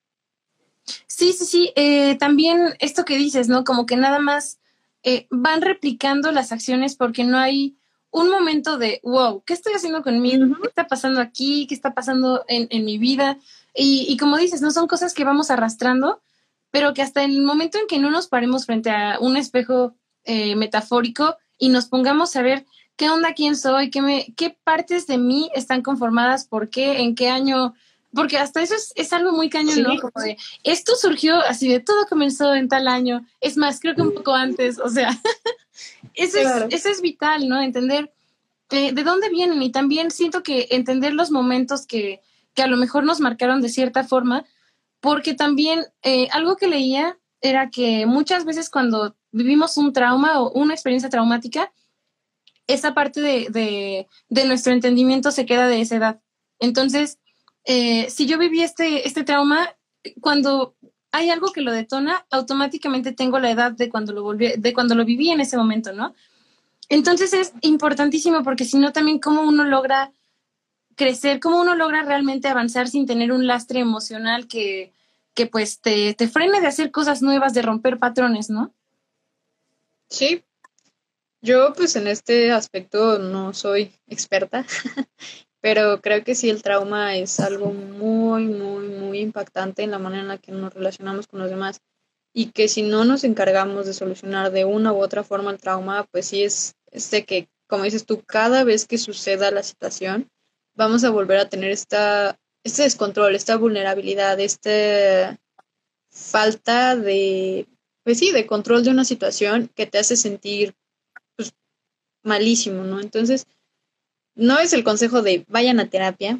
Sí, sí, sí. También esto que dices, ¿no? Como que nada más van replicando las acciones porque no hay un momento de, wow, ¿qué estoy haciendo conmigo? ¿Qué está pasando aquí? ¿Qué está pasando en mi vida? Y como dices, no son cosas que vamos arrastrando, pero que hasta el momento en que no nos paremos frente a un espejo metafórico y nos pongamos a ver qué onda, quién soy, qué partes de mí están conformadas, por qué, en qué año, porque hasta eso es algo muy cañón, Sí. ¿no? Como de, esto surgió así de todo comenzó en tal año, es más, creo que un poco antes, o sea, Claro. eso es vital, ¿no? Entender de dónde vienen, y también siento que entender los momentos que que a lo mejor nos marcaron de cierta forma, porque también algo que leía era que muchas veces cuando vivimos un trauma o una experiencia traumática, esa parte de nuestro entendimiento se queda de esa edad. Entonces, si yo viví este trauma, cuando hay algo que lo detona, automáticamente tengo la edad de cuando lo viví en ese momento, ¿no? Entonces es importantísimo porque si no también cómo uno logra crecer, cómo uno logra realmente avanzar sin tener un lastre emocional que pues te frene de hacer cosas nuevas, de romper patrones, ¿no? Sí, yo pues en este aspecto no soy experta, pero creo que sí el trauma es algo muy, muy, muy impactante en la manera en la que nos relacionamos con los demás y que si no nos encargamos de solucionar de una u otra forma el trauma, pues sí es de que, como dices tú, cada vez que suceda la situación, vamos a volver a tener este descontrol, esta vulnerabilidad, esta falta de, pues sí, de control de una situación que te hace sentir malísimo, ¿no? Entonces, no es el consejo de vayan a terapia,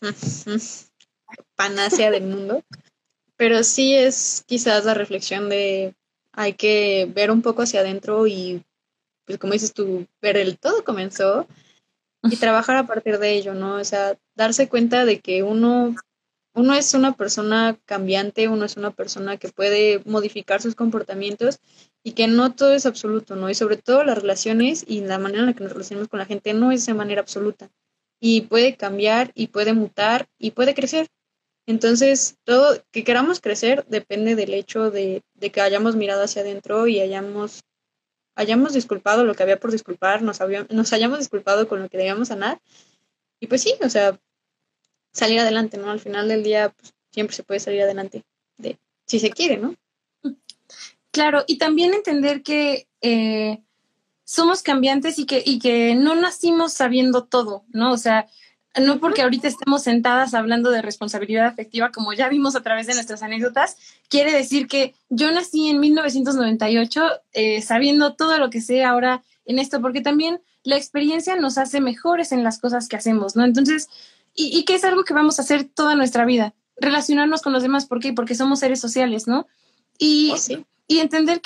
panacea del mundo, pero sí es quizás la reflexión de hay que ver un poco hacia adentro y, pues como dices tú, ver el todo comenzó y trabajar a partir de ello, ¿no? O sea, darse cuenta de que uno es una persona cambiante, uno es una persona que puede modificar sus comportamientos y que no todo es absoluto, ¿no? Y sobre todo las relaciones y la manera en la que nos relacionamos con la gente no es de manera absoluta. Y puede cambiar y puede mutar y puede crecer. Entonces, todo que queramos crecer depende del hecho de que hayamos mirado hacia adentro y hayamos disculpado lo que había por disculpar, nos hayamos disculpado con lo que debíamos sanar. Y pues sí, o sea, salir adelante, ¿no? Al final del día, pues, siempre se puede salir adelante, si se quiere, ¿no? Claro, y también entender que somos cambiantes y que no nacimos sabiendo todo, ¿no? O sea, no porque ahorita estemos sentadas hablando de responsabilidad afectiva, como ya vimos a través de nuestras anécdotas, quiere decir que yo nací en 1998 sabiendo todo lo que sé ahora en esto, porque también la experiencia nos hace mejores en las cosas que hacemos, ¿no? Entonces, y que es algo que vamos a hacer toda nuestra vida, relacionarnos con los demás, ¿por qué? Porque somos seres sociales, ¿no? Y, Sí. y entender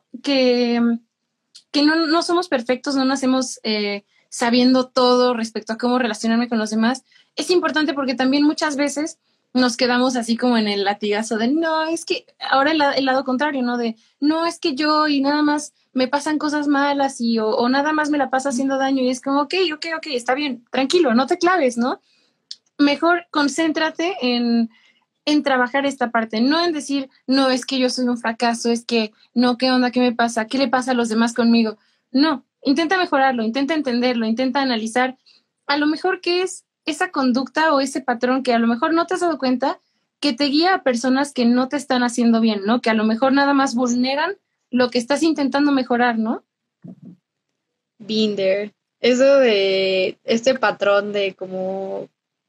que no somos perfectos, no nacemos sabiendo todo respecto a cómo relacionarme con los demás, es importante porque también muchas veces nos quedamos así como en el latigazo de, no, es que, ahora el lado contrario, ¿no? De, no, es que yo y nada más me pasan cosas malas o nada más me la pasa haciendo daño y es como, ok, está bien, tranquilo, no te claves, ¿no? Mejor concéntrate en trabajar esta parte, no en decir, no, es que yo soy un fracaso, es que, no, ¿qué onda? ¿Qué me pasa? ¿Qué le pasa a los demás conmigo? No, intenta mejorarlo, intenta entenderlo, intenta analizar a lo mejor qué es esa conducta o ese patrón que a lo mejor no te has dado cuenta que te guía a personas que no te están haciendo bien, ¿no? Que a lo mejor nada más vulneran lo que estás intentando mejorar, ¿no? Been there. Eso de este patrón de como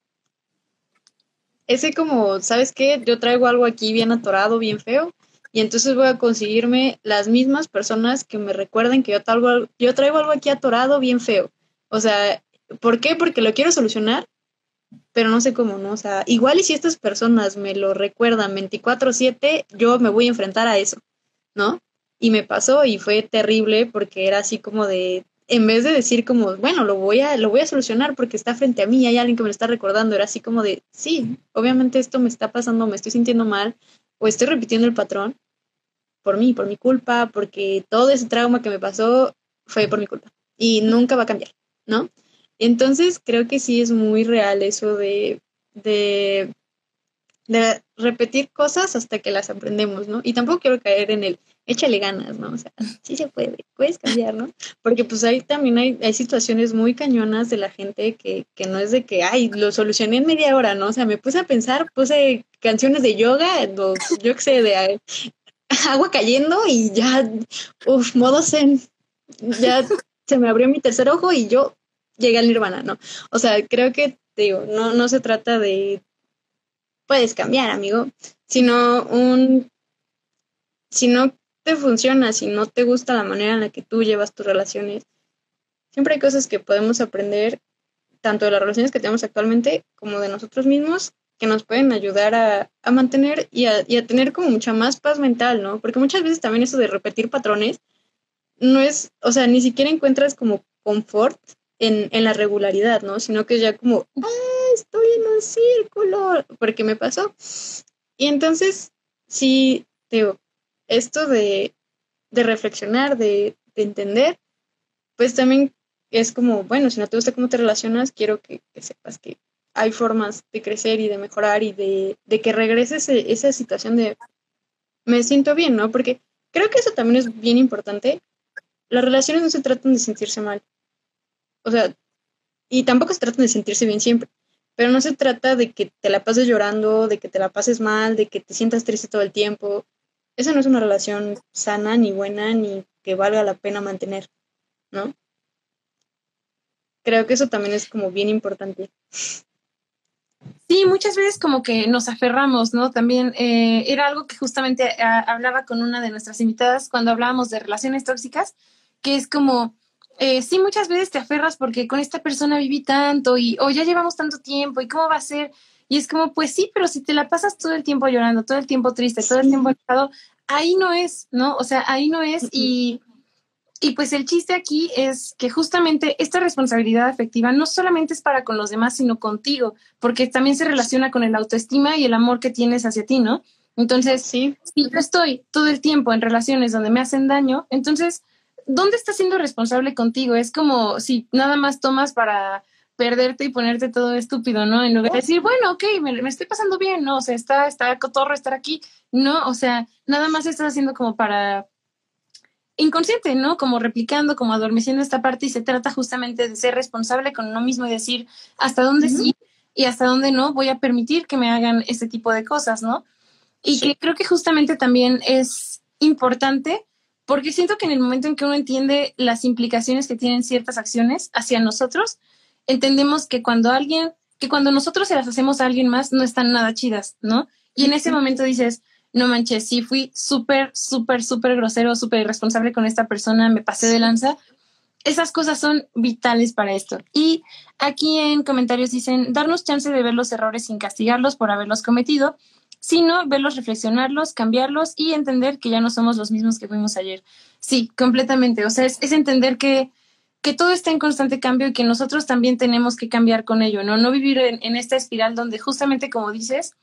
ese como, ¿sabes qué? Yo traigo algo aquí bien atorado, bien feo, y entonces voy a conseguirme las mismas personas que me recuerden que yo traigo algo aquí atorado, bien feo. O sea, ¿por qué? Porque lo quiero solucionar, pero no sé cómo, ¿no? O sea, igual y si estas personas me lo recuerdan 24/7, yo me voy a enfrentar a eso, ¿no? Y me pasó y fue terrible porque era así como de, en vez de decir como, bueno, lo voy a solucionar porque está frente a mí, hay alguien que me lo está recordando, era así como de, sí, obviamente esto me está pasando, me estoy sintiendo mal o estoy repitiendo el patrón por mí, por mi culpa, porque todo ese trauma que me pasó fue por mi culpa y nunca va a cambiar, ¿no? Entonces creo que sí es muy real eso de de repetir cosas hasta que las aprendemos, ¿no? Y tampoco quiero caer en el échale ganas, ¿no? O sea, sí se puede, puedes cambiar, ¿no? Porque pues ahí también hay situaciones muy cañonas de la gente que no es de que, ay, lo solucioné en media hora, ¿no? O sea, me puse a pensar, puse canciones de yoga, o yo qué sé, de agua cayendo y ya, modo zen, ya se me abrió mi tercer ojo y yo llegué al nirvana, ¿no? O sea, creo que, te digo, no se trata de puedes cambiar, amigo, sino si no te funciona, si no te gusta la manera en la que tú llevas tus relaciones, siempre hay cosas que podemos aprender, tanto de las relaciones que tenemos actualmente como de nosotros mismos, que nos pueden ayudar a mantener y a tener como mucha más paz mental, ¿no? Porque muchas veces también eso de repetir patrones no es, o sea, ni siquiera encuentras como confort en la regularidad, ¿no? Sino que ya como, estoy en un círculo, porque me pasó. Y entonces, sí, digo, esto de reflexionar, de entender, pues también es como, bueno, si no te gusta cómo te relacionas, quiero que sepas que hay formas de crecer y de mejorar y de que regreses esa situación de me siento bien, ¿no? Porque creo que eso también es bien importante. Las relaciones no se tratan de sentirse mal, o sea, y tampoco se tratan de sentirse bien siempre, pero no se trata de que te la pases llorando, de que te la pases mal, de que te sientas triste todo el tiempo. Esa no es una relación sana, ni buena, ni que valga la pena mantener, ¿no? Creo que eso también es como bien importante. Sí, muchas veces como que nos aferramos, ¿no? También era algo que justamente hablaba con una de nuestras invitadas cuando hablábamos de relaciones tóxicas, que es como, sí, muchas veces te aferras porque con esta persona viví tanto y o ya llevamos tanto tiempo y cómo va a ser. Y es como, pues sí, pero si te la pasas todo el tiempo llorando, todo el tiempo triste, todo el tiempo enojado, ahí no es, ¿no? O sea, ahí no es y pues el chiste aquí es que justamente esta responsabilidad afectiva no solamente es para con los demás, sino contigo, porque también se relaciona con el autoestima y el amor que tienes hacia ti, ¿no? Entonces, Sí. si yo estoy todo el tiempo en relaciones donde me hacen daño, entonces, ¿dónde estás siendo responsable contigo? Es como si nada más tomas para perderte y ponerte todo estúpido, ¿no? En lugar de decir, bueno, ok, me estoy pasando bien, ¿no? O sea, está cotorro estar aquí, no, o sea, nada más estás haciendo como para inconsciente, ¿no? Como replicando, como adormeciendo esta parte y se trata justamente de ser responsable con uno mismo y decir hasta dónde sí y hasta dónde no voy a permitir que me hagan este tipo de cosas, ¿no? Y que creo que justamente también es importante porque siento que en el momento en que uno entiende las implicaciones que tienen ciertas acciones hacia nosotros, entendemos que cuando nosotros se las hacemos a alguien más, no están nada chidas, ¿no? Y en ese momento dices, no manches, sí fui súper grosero, súper irresponsable con esta persona, me pasé de lanza. Esas cosas son vitales para esto. Y aquí en comentarios dicen, darnos chance de ver los errores sin castigarlos por haberlos cometido, sino verlos, reflexionarlos, cambiarlos y entender que ya no somos los mismos que fuimos ayer. Sí, completamente. O sea, es entender que todo está en constante cambio y que nosotros también tenemos que cambiar con ello, ¿no? No vivir en esta espiral donde justamente, como dices,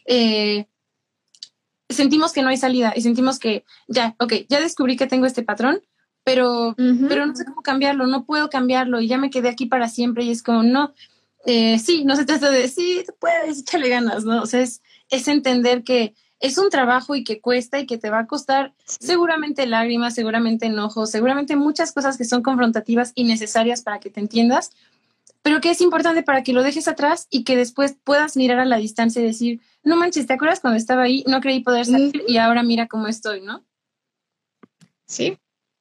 sentimos que no hay salida y sentimos que ya, ok, ya descubrí que tengo este patrón, pero no sé cómo cambiarlo, no puedo cambiarlo y ya me quedé aquí para siempre y es como, no, sí, no se trata de, sí, tú puedes, échale ganas, ¿no? O sea, es entender que es un trabajo y que cuesta y que te va a costar seguramente lágrimas, seguramente enojos, seguramente muchas cosas que son confrontativas y necesarias para que te entiendas, pero que es importante para que lo dejes atrás y que después puedas mirar a la distancia y decir, no manches, ¿te acuerdas cuando estaba ahí? No creí poder salir y ahora mira cómo estoy, ¿no? Sí,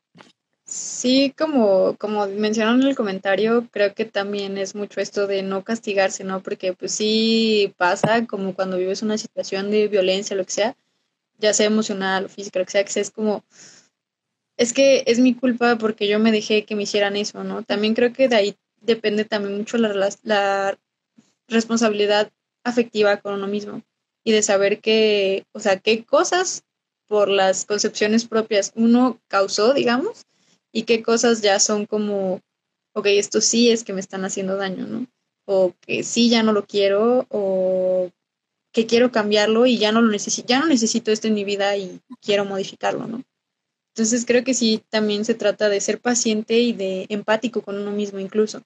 sí, como mencionaron en el comentario, creo que también es mucho esto de no castigarse, ¿no? Porque pues sí pasa como cuando vives una situación de violencia, lo que sea, ya sea emocional o física, lo que sea, es como, es que es mi culpa porque yo me dejé que me hicieran eso, ¿no? También creo que de ahí depende también mucho la responsabilidad afectiva con uno mismo y de saber que, o sea, qué cosas por las concepciones propias uno causó, digamos, y qué cosas ya son como, ok, esto sí es que me están haciendo daño, ¿no? O que sí ya no lo quiero, o que quiero cambiarlo y ya no necesito esto en mi vida y quiero modificarlo, ¿no? Entonces creo que sí también se trata de ser paciente y de empático con uno mismo incluso.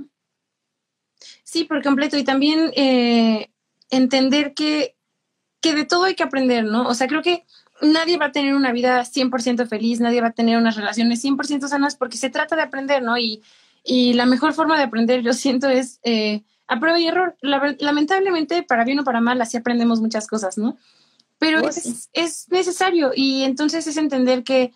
Sí, por completo. Y también entender que de todo hay que aprender, ¿no? O sea, creo que nadie va a tener una vida 100% feliz, nadie va a tener unas relaciones 100% sanas porque se trata de aprender, ¿no? Y la mejor forma de aprender, yo siento, es a prueba y error. Lamentablemente, para bien o para mal, así aprendemos muchas cosas, ¿no? Pero es necesario y entonces es entender que,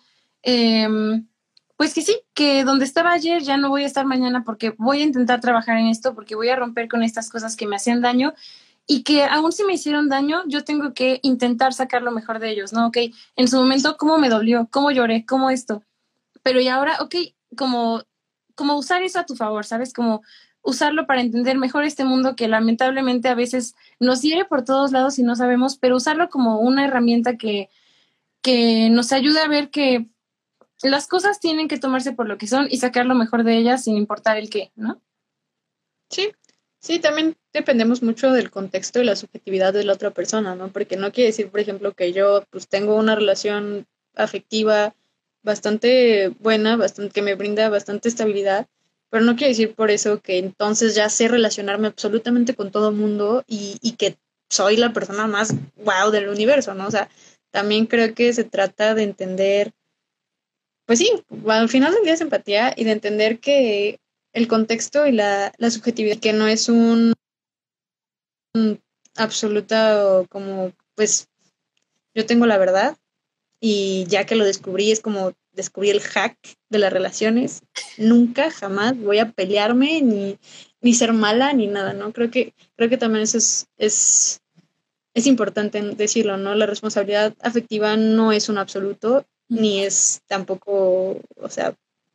pues que sí, que donde estaba ayer ya no voy a estar mañana porque voy a intentar trabajar en esto, porque voy a romper con estas cosas que me hacían daño y que aún si me hicieron daño, yo tengo que intentar sacar lo mejor de ellos, ¿no? Ok, en su momento, ¿cómo me dolió? ¿Cómo lloré? ¿Cómo esto? Pero y ahora, ok, como usar eso a tu favor, ¿sabes? Como usarlo para entender mejor este mundo que lamentablemente a veces nos hiere por todos lados y no sabemos, pero usarlo como una herramienta que nos ayude a ver que las cosas tienen que tomarse por lo que son y sacar lo mejor de ellas sin importar el qué, ¿no? Sí, sí, también dependemos mucho del contexto y la subjetividad de la otra persona, ¿no? Porque no quiere decir, por ejemplo, que yo pues tengo una relación afectiva bastante buena, bastante, que me brinda bastante estabilidad, pero no quiere decir por eso que entonces ya sé relacionarme absolutamente con todo mundo y que soy la persona más wow del universo, ¿no? O sea, también creo que se trata de entender, pues sí, al final del día es empatía y de entender que el contexto y la subjetividad, que no es un absoluta como, pues yo tengo la verdad y ya que lo descubrí es como descubrí el hack de las relaciones, nunca jamás voy a pelearme ni ser mala ni nada, ¿no? Creo que también eso es importante decirlo, ¿no? La responsabilidad afectiva no es un absoluto, ni es tampoco, o sea,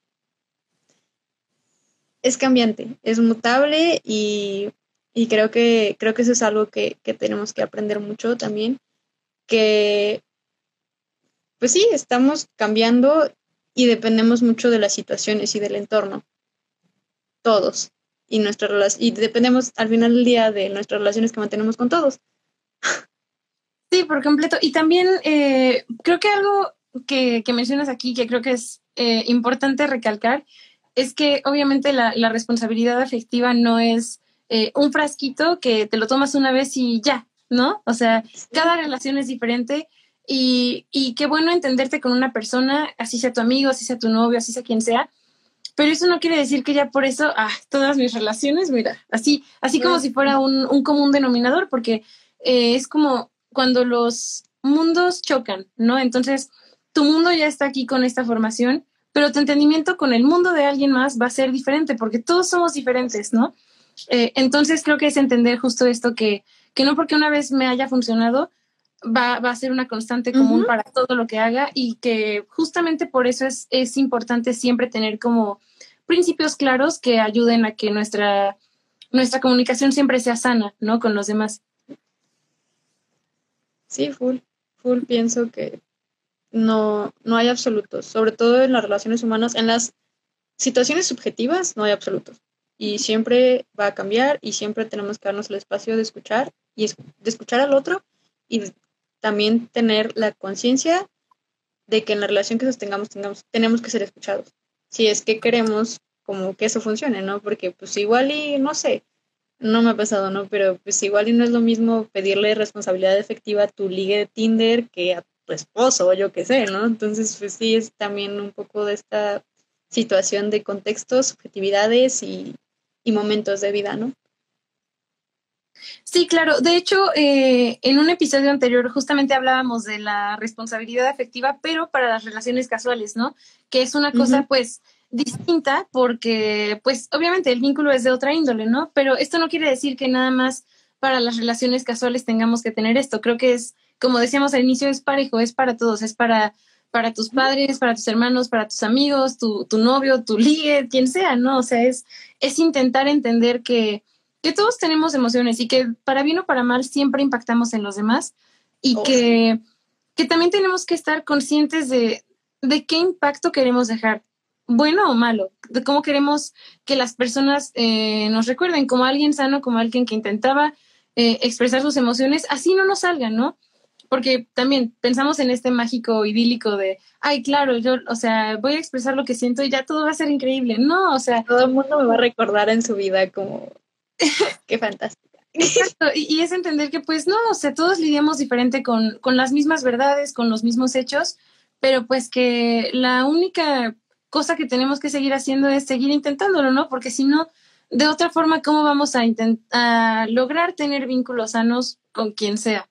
es cambiante, es mutable y creo que eso es algo que tenemos que aprender mucho también, que pues sí, estamos cambiando y dependemos mucho de las situaciones y del entorno, todos, y dependemos al final del día de nuestras relaciones que mantenemos con todos. Sí, por completo. Y también creo que algo que mencionas aquí, que creo que es importante recalcar, es que obviamente la responsabilidad afectiva no es un frasquito que te lo tomas una vez y ya, ¿no? O sea, cada relación es diferente y qué bueno entenderte con una persona, así sea tu amigo, así sea tu novio, así sea quien sea, pero eso no quiere decir que ya por eso, todas mis relaciones, mira, así como si fuera un común denominador, porque es como cuando los mundos chocan, ¿no? Entonces, tu mundo ya está aquí con esta formación, pero tu entendimiento con el mundo de alguien más va a ser diferente, porque todos somos diferentes, ¿no? Entonces, creo que es entender justo esto, que no porque una vez me haya funcionado, va a ser una constante común para todo lo que haga y que justamente por eso es importante siempre tener como principios claros que ayuden a que nuestra comunicación siempre sea sana, ¿no? Con los demás. Sí, full pienso que no hay absolutos, sobre todo en las relaciones humanas, en las situaciones subjetivas no hay absolutos y siempre va a cambiar y siempre tenemos que darnos el espacio de escuchar y de escuchar al otro y también tener la conciencia de que en la relación que sostengamos tenemos que ser escuchados. Si es que queremos como que eso funcione, ¿no? Porque pues igual y no sé, no me ha pasado, ¿no? Pero pues igual y no es lo mismo pedirle responsabilidad efectiva a tu ligue de Tinder que a tu esposo o yo qué sé, ¿no? Entonces pues sí es también un poco de esta situación de contextos, subjetividades y momentos de vida, ¿no? Sí, claro. De hecho, en un episodio anterior justamente hablábamos de la responsabilidad afectiva, pero para las relaciones casuales, ¿no? Que es una cosa, pues, distinta porque, pues, obviamente el vínculo es de otra índole, ¿no? Pero esto no quiere decir que nada más para las relaciones casuales tengamos que tener esto. Creo que es, como decíamos al inicio, es parejo, es para todos, es para tus padres, para tus hermanos, para tus amigos, tu novio, tu ligue, quien sea, ¿no? O sea, es intentar entender que todos tenemos emociones y que para bien o para mal siempre impactamos en los demás y que también tenemos que estar conscientes de qué impacto queremos dejar, bueno o malo, de cómo queremos que las personas nos recuerden como alguien sano, como alguien que intentaba expresar sus emociones, así no nos salgan, ¿no? Porque también pensamos en este mágico idílico de, ay, claro, yo, o sea, voy a expresar lo que siento y ya todo va a ser increíble. No, o sea, todo el mundo me va a recordar en su vida como qué fantástica. Exacto, y es entender que pues no, o sea, todos lidiamos diferente con las mismas verdades, con los mismos hechos, pero pues que la única cosa que tenemos que seguir haciendo es seguir intentándolo, ¿no? Porque si no, de otra forma, ¿cómo vamos a lograr tener vínculos sanos con quien sea?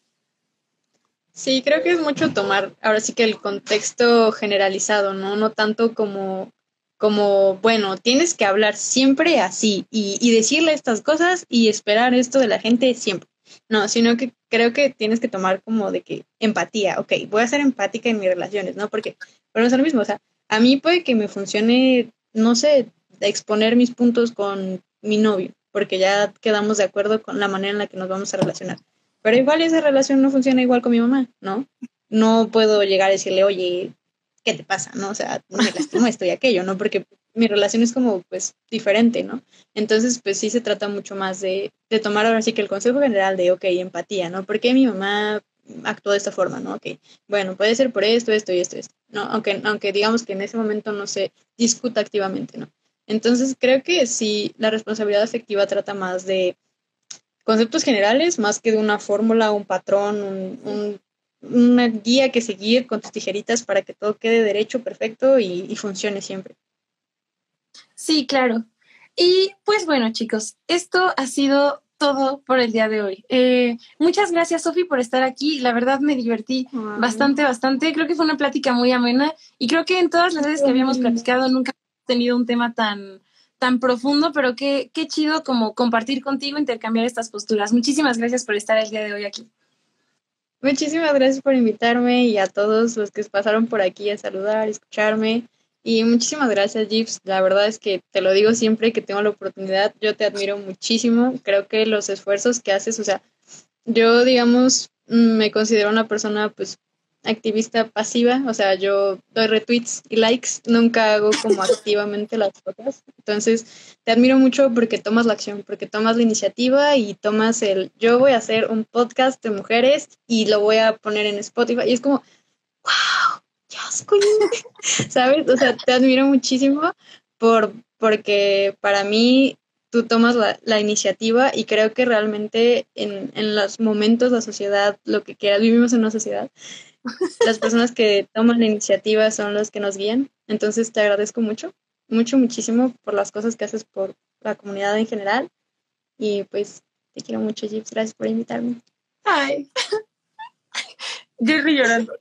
Sí, creo que es mucho tomar ahora sí que el contexto generalizado, ¿no? No tanto como bueno, tienes que hablar siempre así y decirle estas cosas y esperar esto de la gente siempre. No, sino que creo que tienes que tomar como de que empatía, ok, voy a ser empática en mis relaciones, ¿no? Porque, pero no es lo mismo, o sea, a mí puede que me funcione, no sé, exponer mis puntos con mi novio, porque ya quedamos de acuerdo con la manera en la que nos vamos a relacionar. Pero igual esa relación no funciona igual con mi mamá, ¿no? No puedo llegar a decirle, oye, ¿qué te pasa? ¿No? O sea, me lastimó esto y aquello, ¿no? Porque mi relación es como, pues, diferente, ¿no? Entonces, pues sí se trata mucho más de tomar ahora sí que el consejo general de, ok, empatía, ¿no? ¿Por qué mi mamá actuó de esta forma, ¿no? Ok, bueno, puede ser por esto, esto y esto, ¿no? Aunque digamos que en ese momento no se discuta activamente, ¿no? Entonces, creo que sí, la responsabilidad afectiva trata más de conceptos generales, más que de una fórmula, un patrón, una guía que seguir con tus tijeritas para que todo quede derecho, perfecto y funcione siempre. Sí, claro. Y pues bueno, chicos, esto ha sido todo por el día de hoy. Muchas gracias, Sofi, por estar aquí. La verdad me divertí bastante. Creo que fue una plática muy amena y creo que en todas las veces que habíamos platicado nunca hemos tenido un tema tan profundo, pero qué chido como compartir contigo, intercambiar estas posturas. Muchísimas gracias por estar el día de hoy aquí. Muchísimas gracias por invitarme y a todos los que pasaron por aquí a saludar, escucharme. Y muchísimas gracias, Gibbs. La verdad es que te lo digo siempre que tengo la oportunidad. Yo te admiro muchísimo. Creo que los esfuerzos que haces, o sea, yo, digamos, me considero una persona, pues, activista pasiva. O sea, yo doy retweets y likes. Nunca hago como activamente las cosas. Entonces, te admiro mucho porque tomas la acción, porque tomas la iniciativa y tomas yo voy a hacer un podcast de mujeres y lo voy a poner en Spotify. Y es como, wow, Dios, ¿sabes? O sea, te admiro muchísimo porque para mí tú tomas la iniciativa y creo que realmente en los momentos, la sociedad, lo que quieras, vivimos en una sociedad, las personas que toman la iniciativa son los que nos guían. Entonces te agradezco mucho, mucho, muchísimo por las cosas que haces por la comunidad en general y pues te quiero mucho, Gibbs. Gracias por invitarme. Ay, Jerry llorando.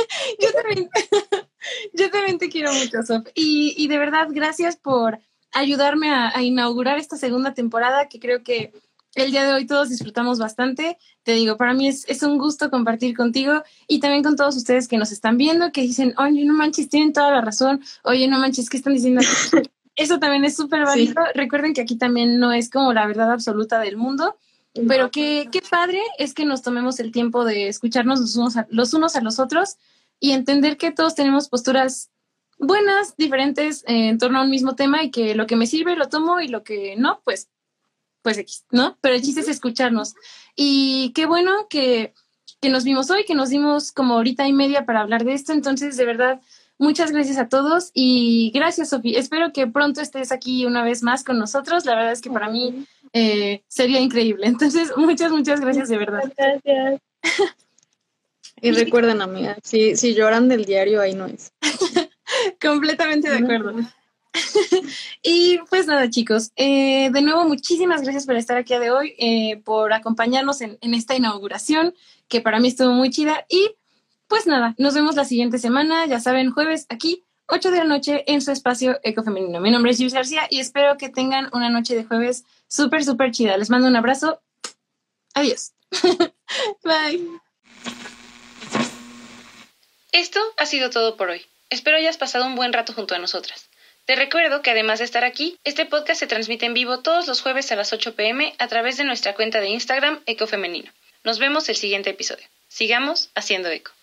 Yo también te quiero mucho, Sof. Y de verdad, gracias por ayudarme a inaugurar esta segunda temporada, que creo que el día de hoy todos disfrutamos bastante. Te digo, para mí es un gusto compartir contigo y también con todos ustedes que nos están viendo, que dicen, oye, no manches, tienen toda la razón. Oye, no manches, ¿qué están diciendo aquí? Eso también es súper válido. Sí. Recuerden que aquí también no es como la verdad absoluta del mundo. Pero qué padre es que nos tomemos el tiempo de escucharnos los unos a los otros y entender que todos tenemos posturas buenas, diferentes en torno a un mismo tema y que lo que me sirve lo tomo y lo que no, pues X, ¿no? Pero el chiste es escucharnos. Y qué bueno que nos vimos hoy, que nos dimos como horita y media para hablar de esto. Entonces, de verdad, muchas gracias a todos y gracias, Sofi. Espero que pronto estés aquí una vez más con nosotros. La verdad es que para mí sería increíble. Entonces, muchas gracias de verdad. Gracias. Y recuerden, amiga, si lloran del diario, ahí no es. Completamente de acuerdo. Y pues nada, chicos, de nuevo muchísimas gracias por estar aquí de hoy, por acompañarnos en esta inauguración, que para mí estuvo muy chida. Y pues nada, nos vemos la siguiente semana, ya saben, jueves aquí, 8 de la noche en su espacio Ecofemenino. Mi nombre es Gibbs García y espero que tengan una noche de jueves súper chida. Les mando un abrazo. Adiós. Bye. Esto ha sido todo por hoy. Espero hayas pasado un buen rato junto a nosotras. Te recuerdo que además de estar aquí, este podcast se transmite en vivo todos los jueves a las 8 p.m. a través de nuestra cuenta de Instagram Ecofemenino. Nos vemos el siguiente episodio. Sigamos haciendo eco.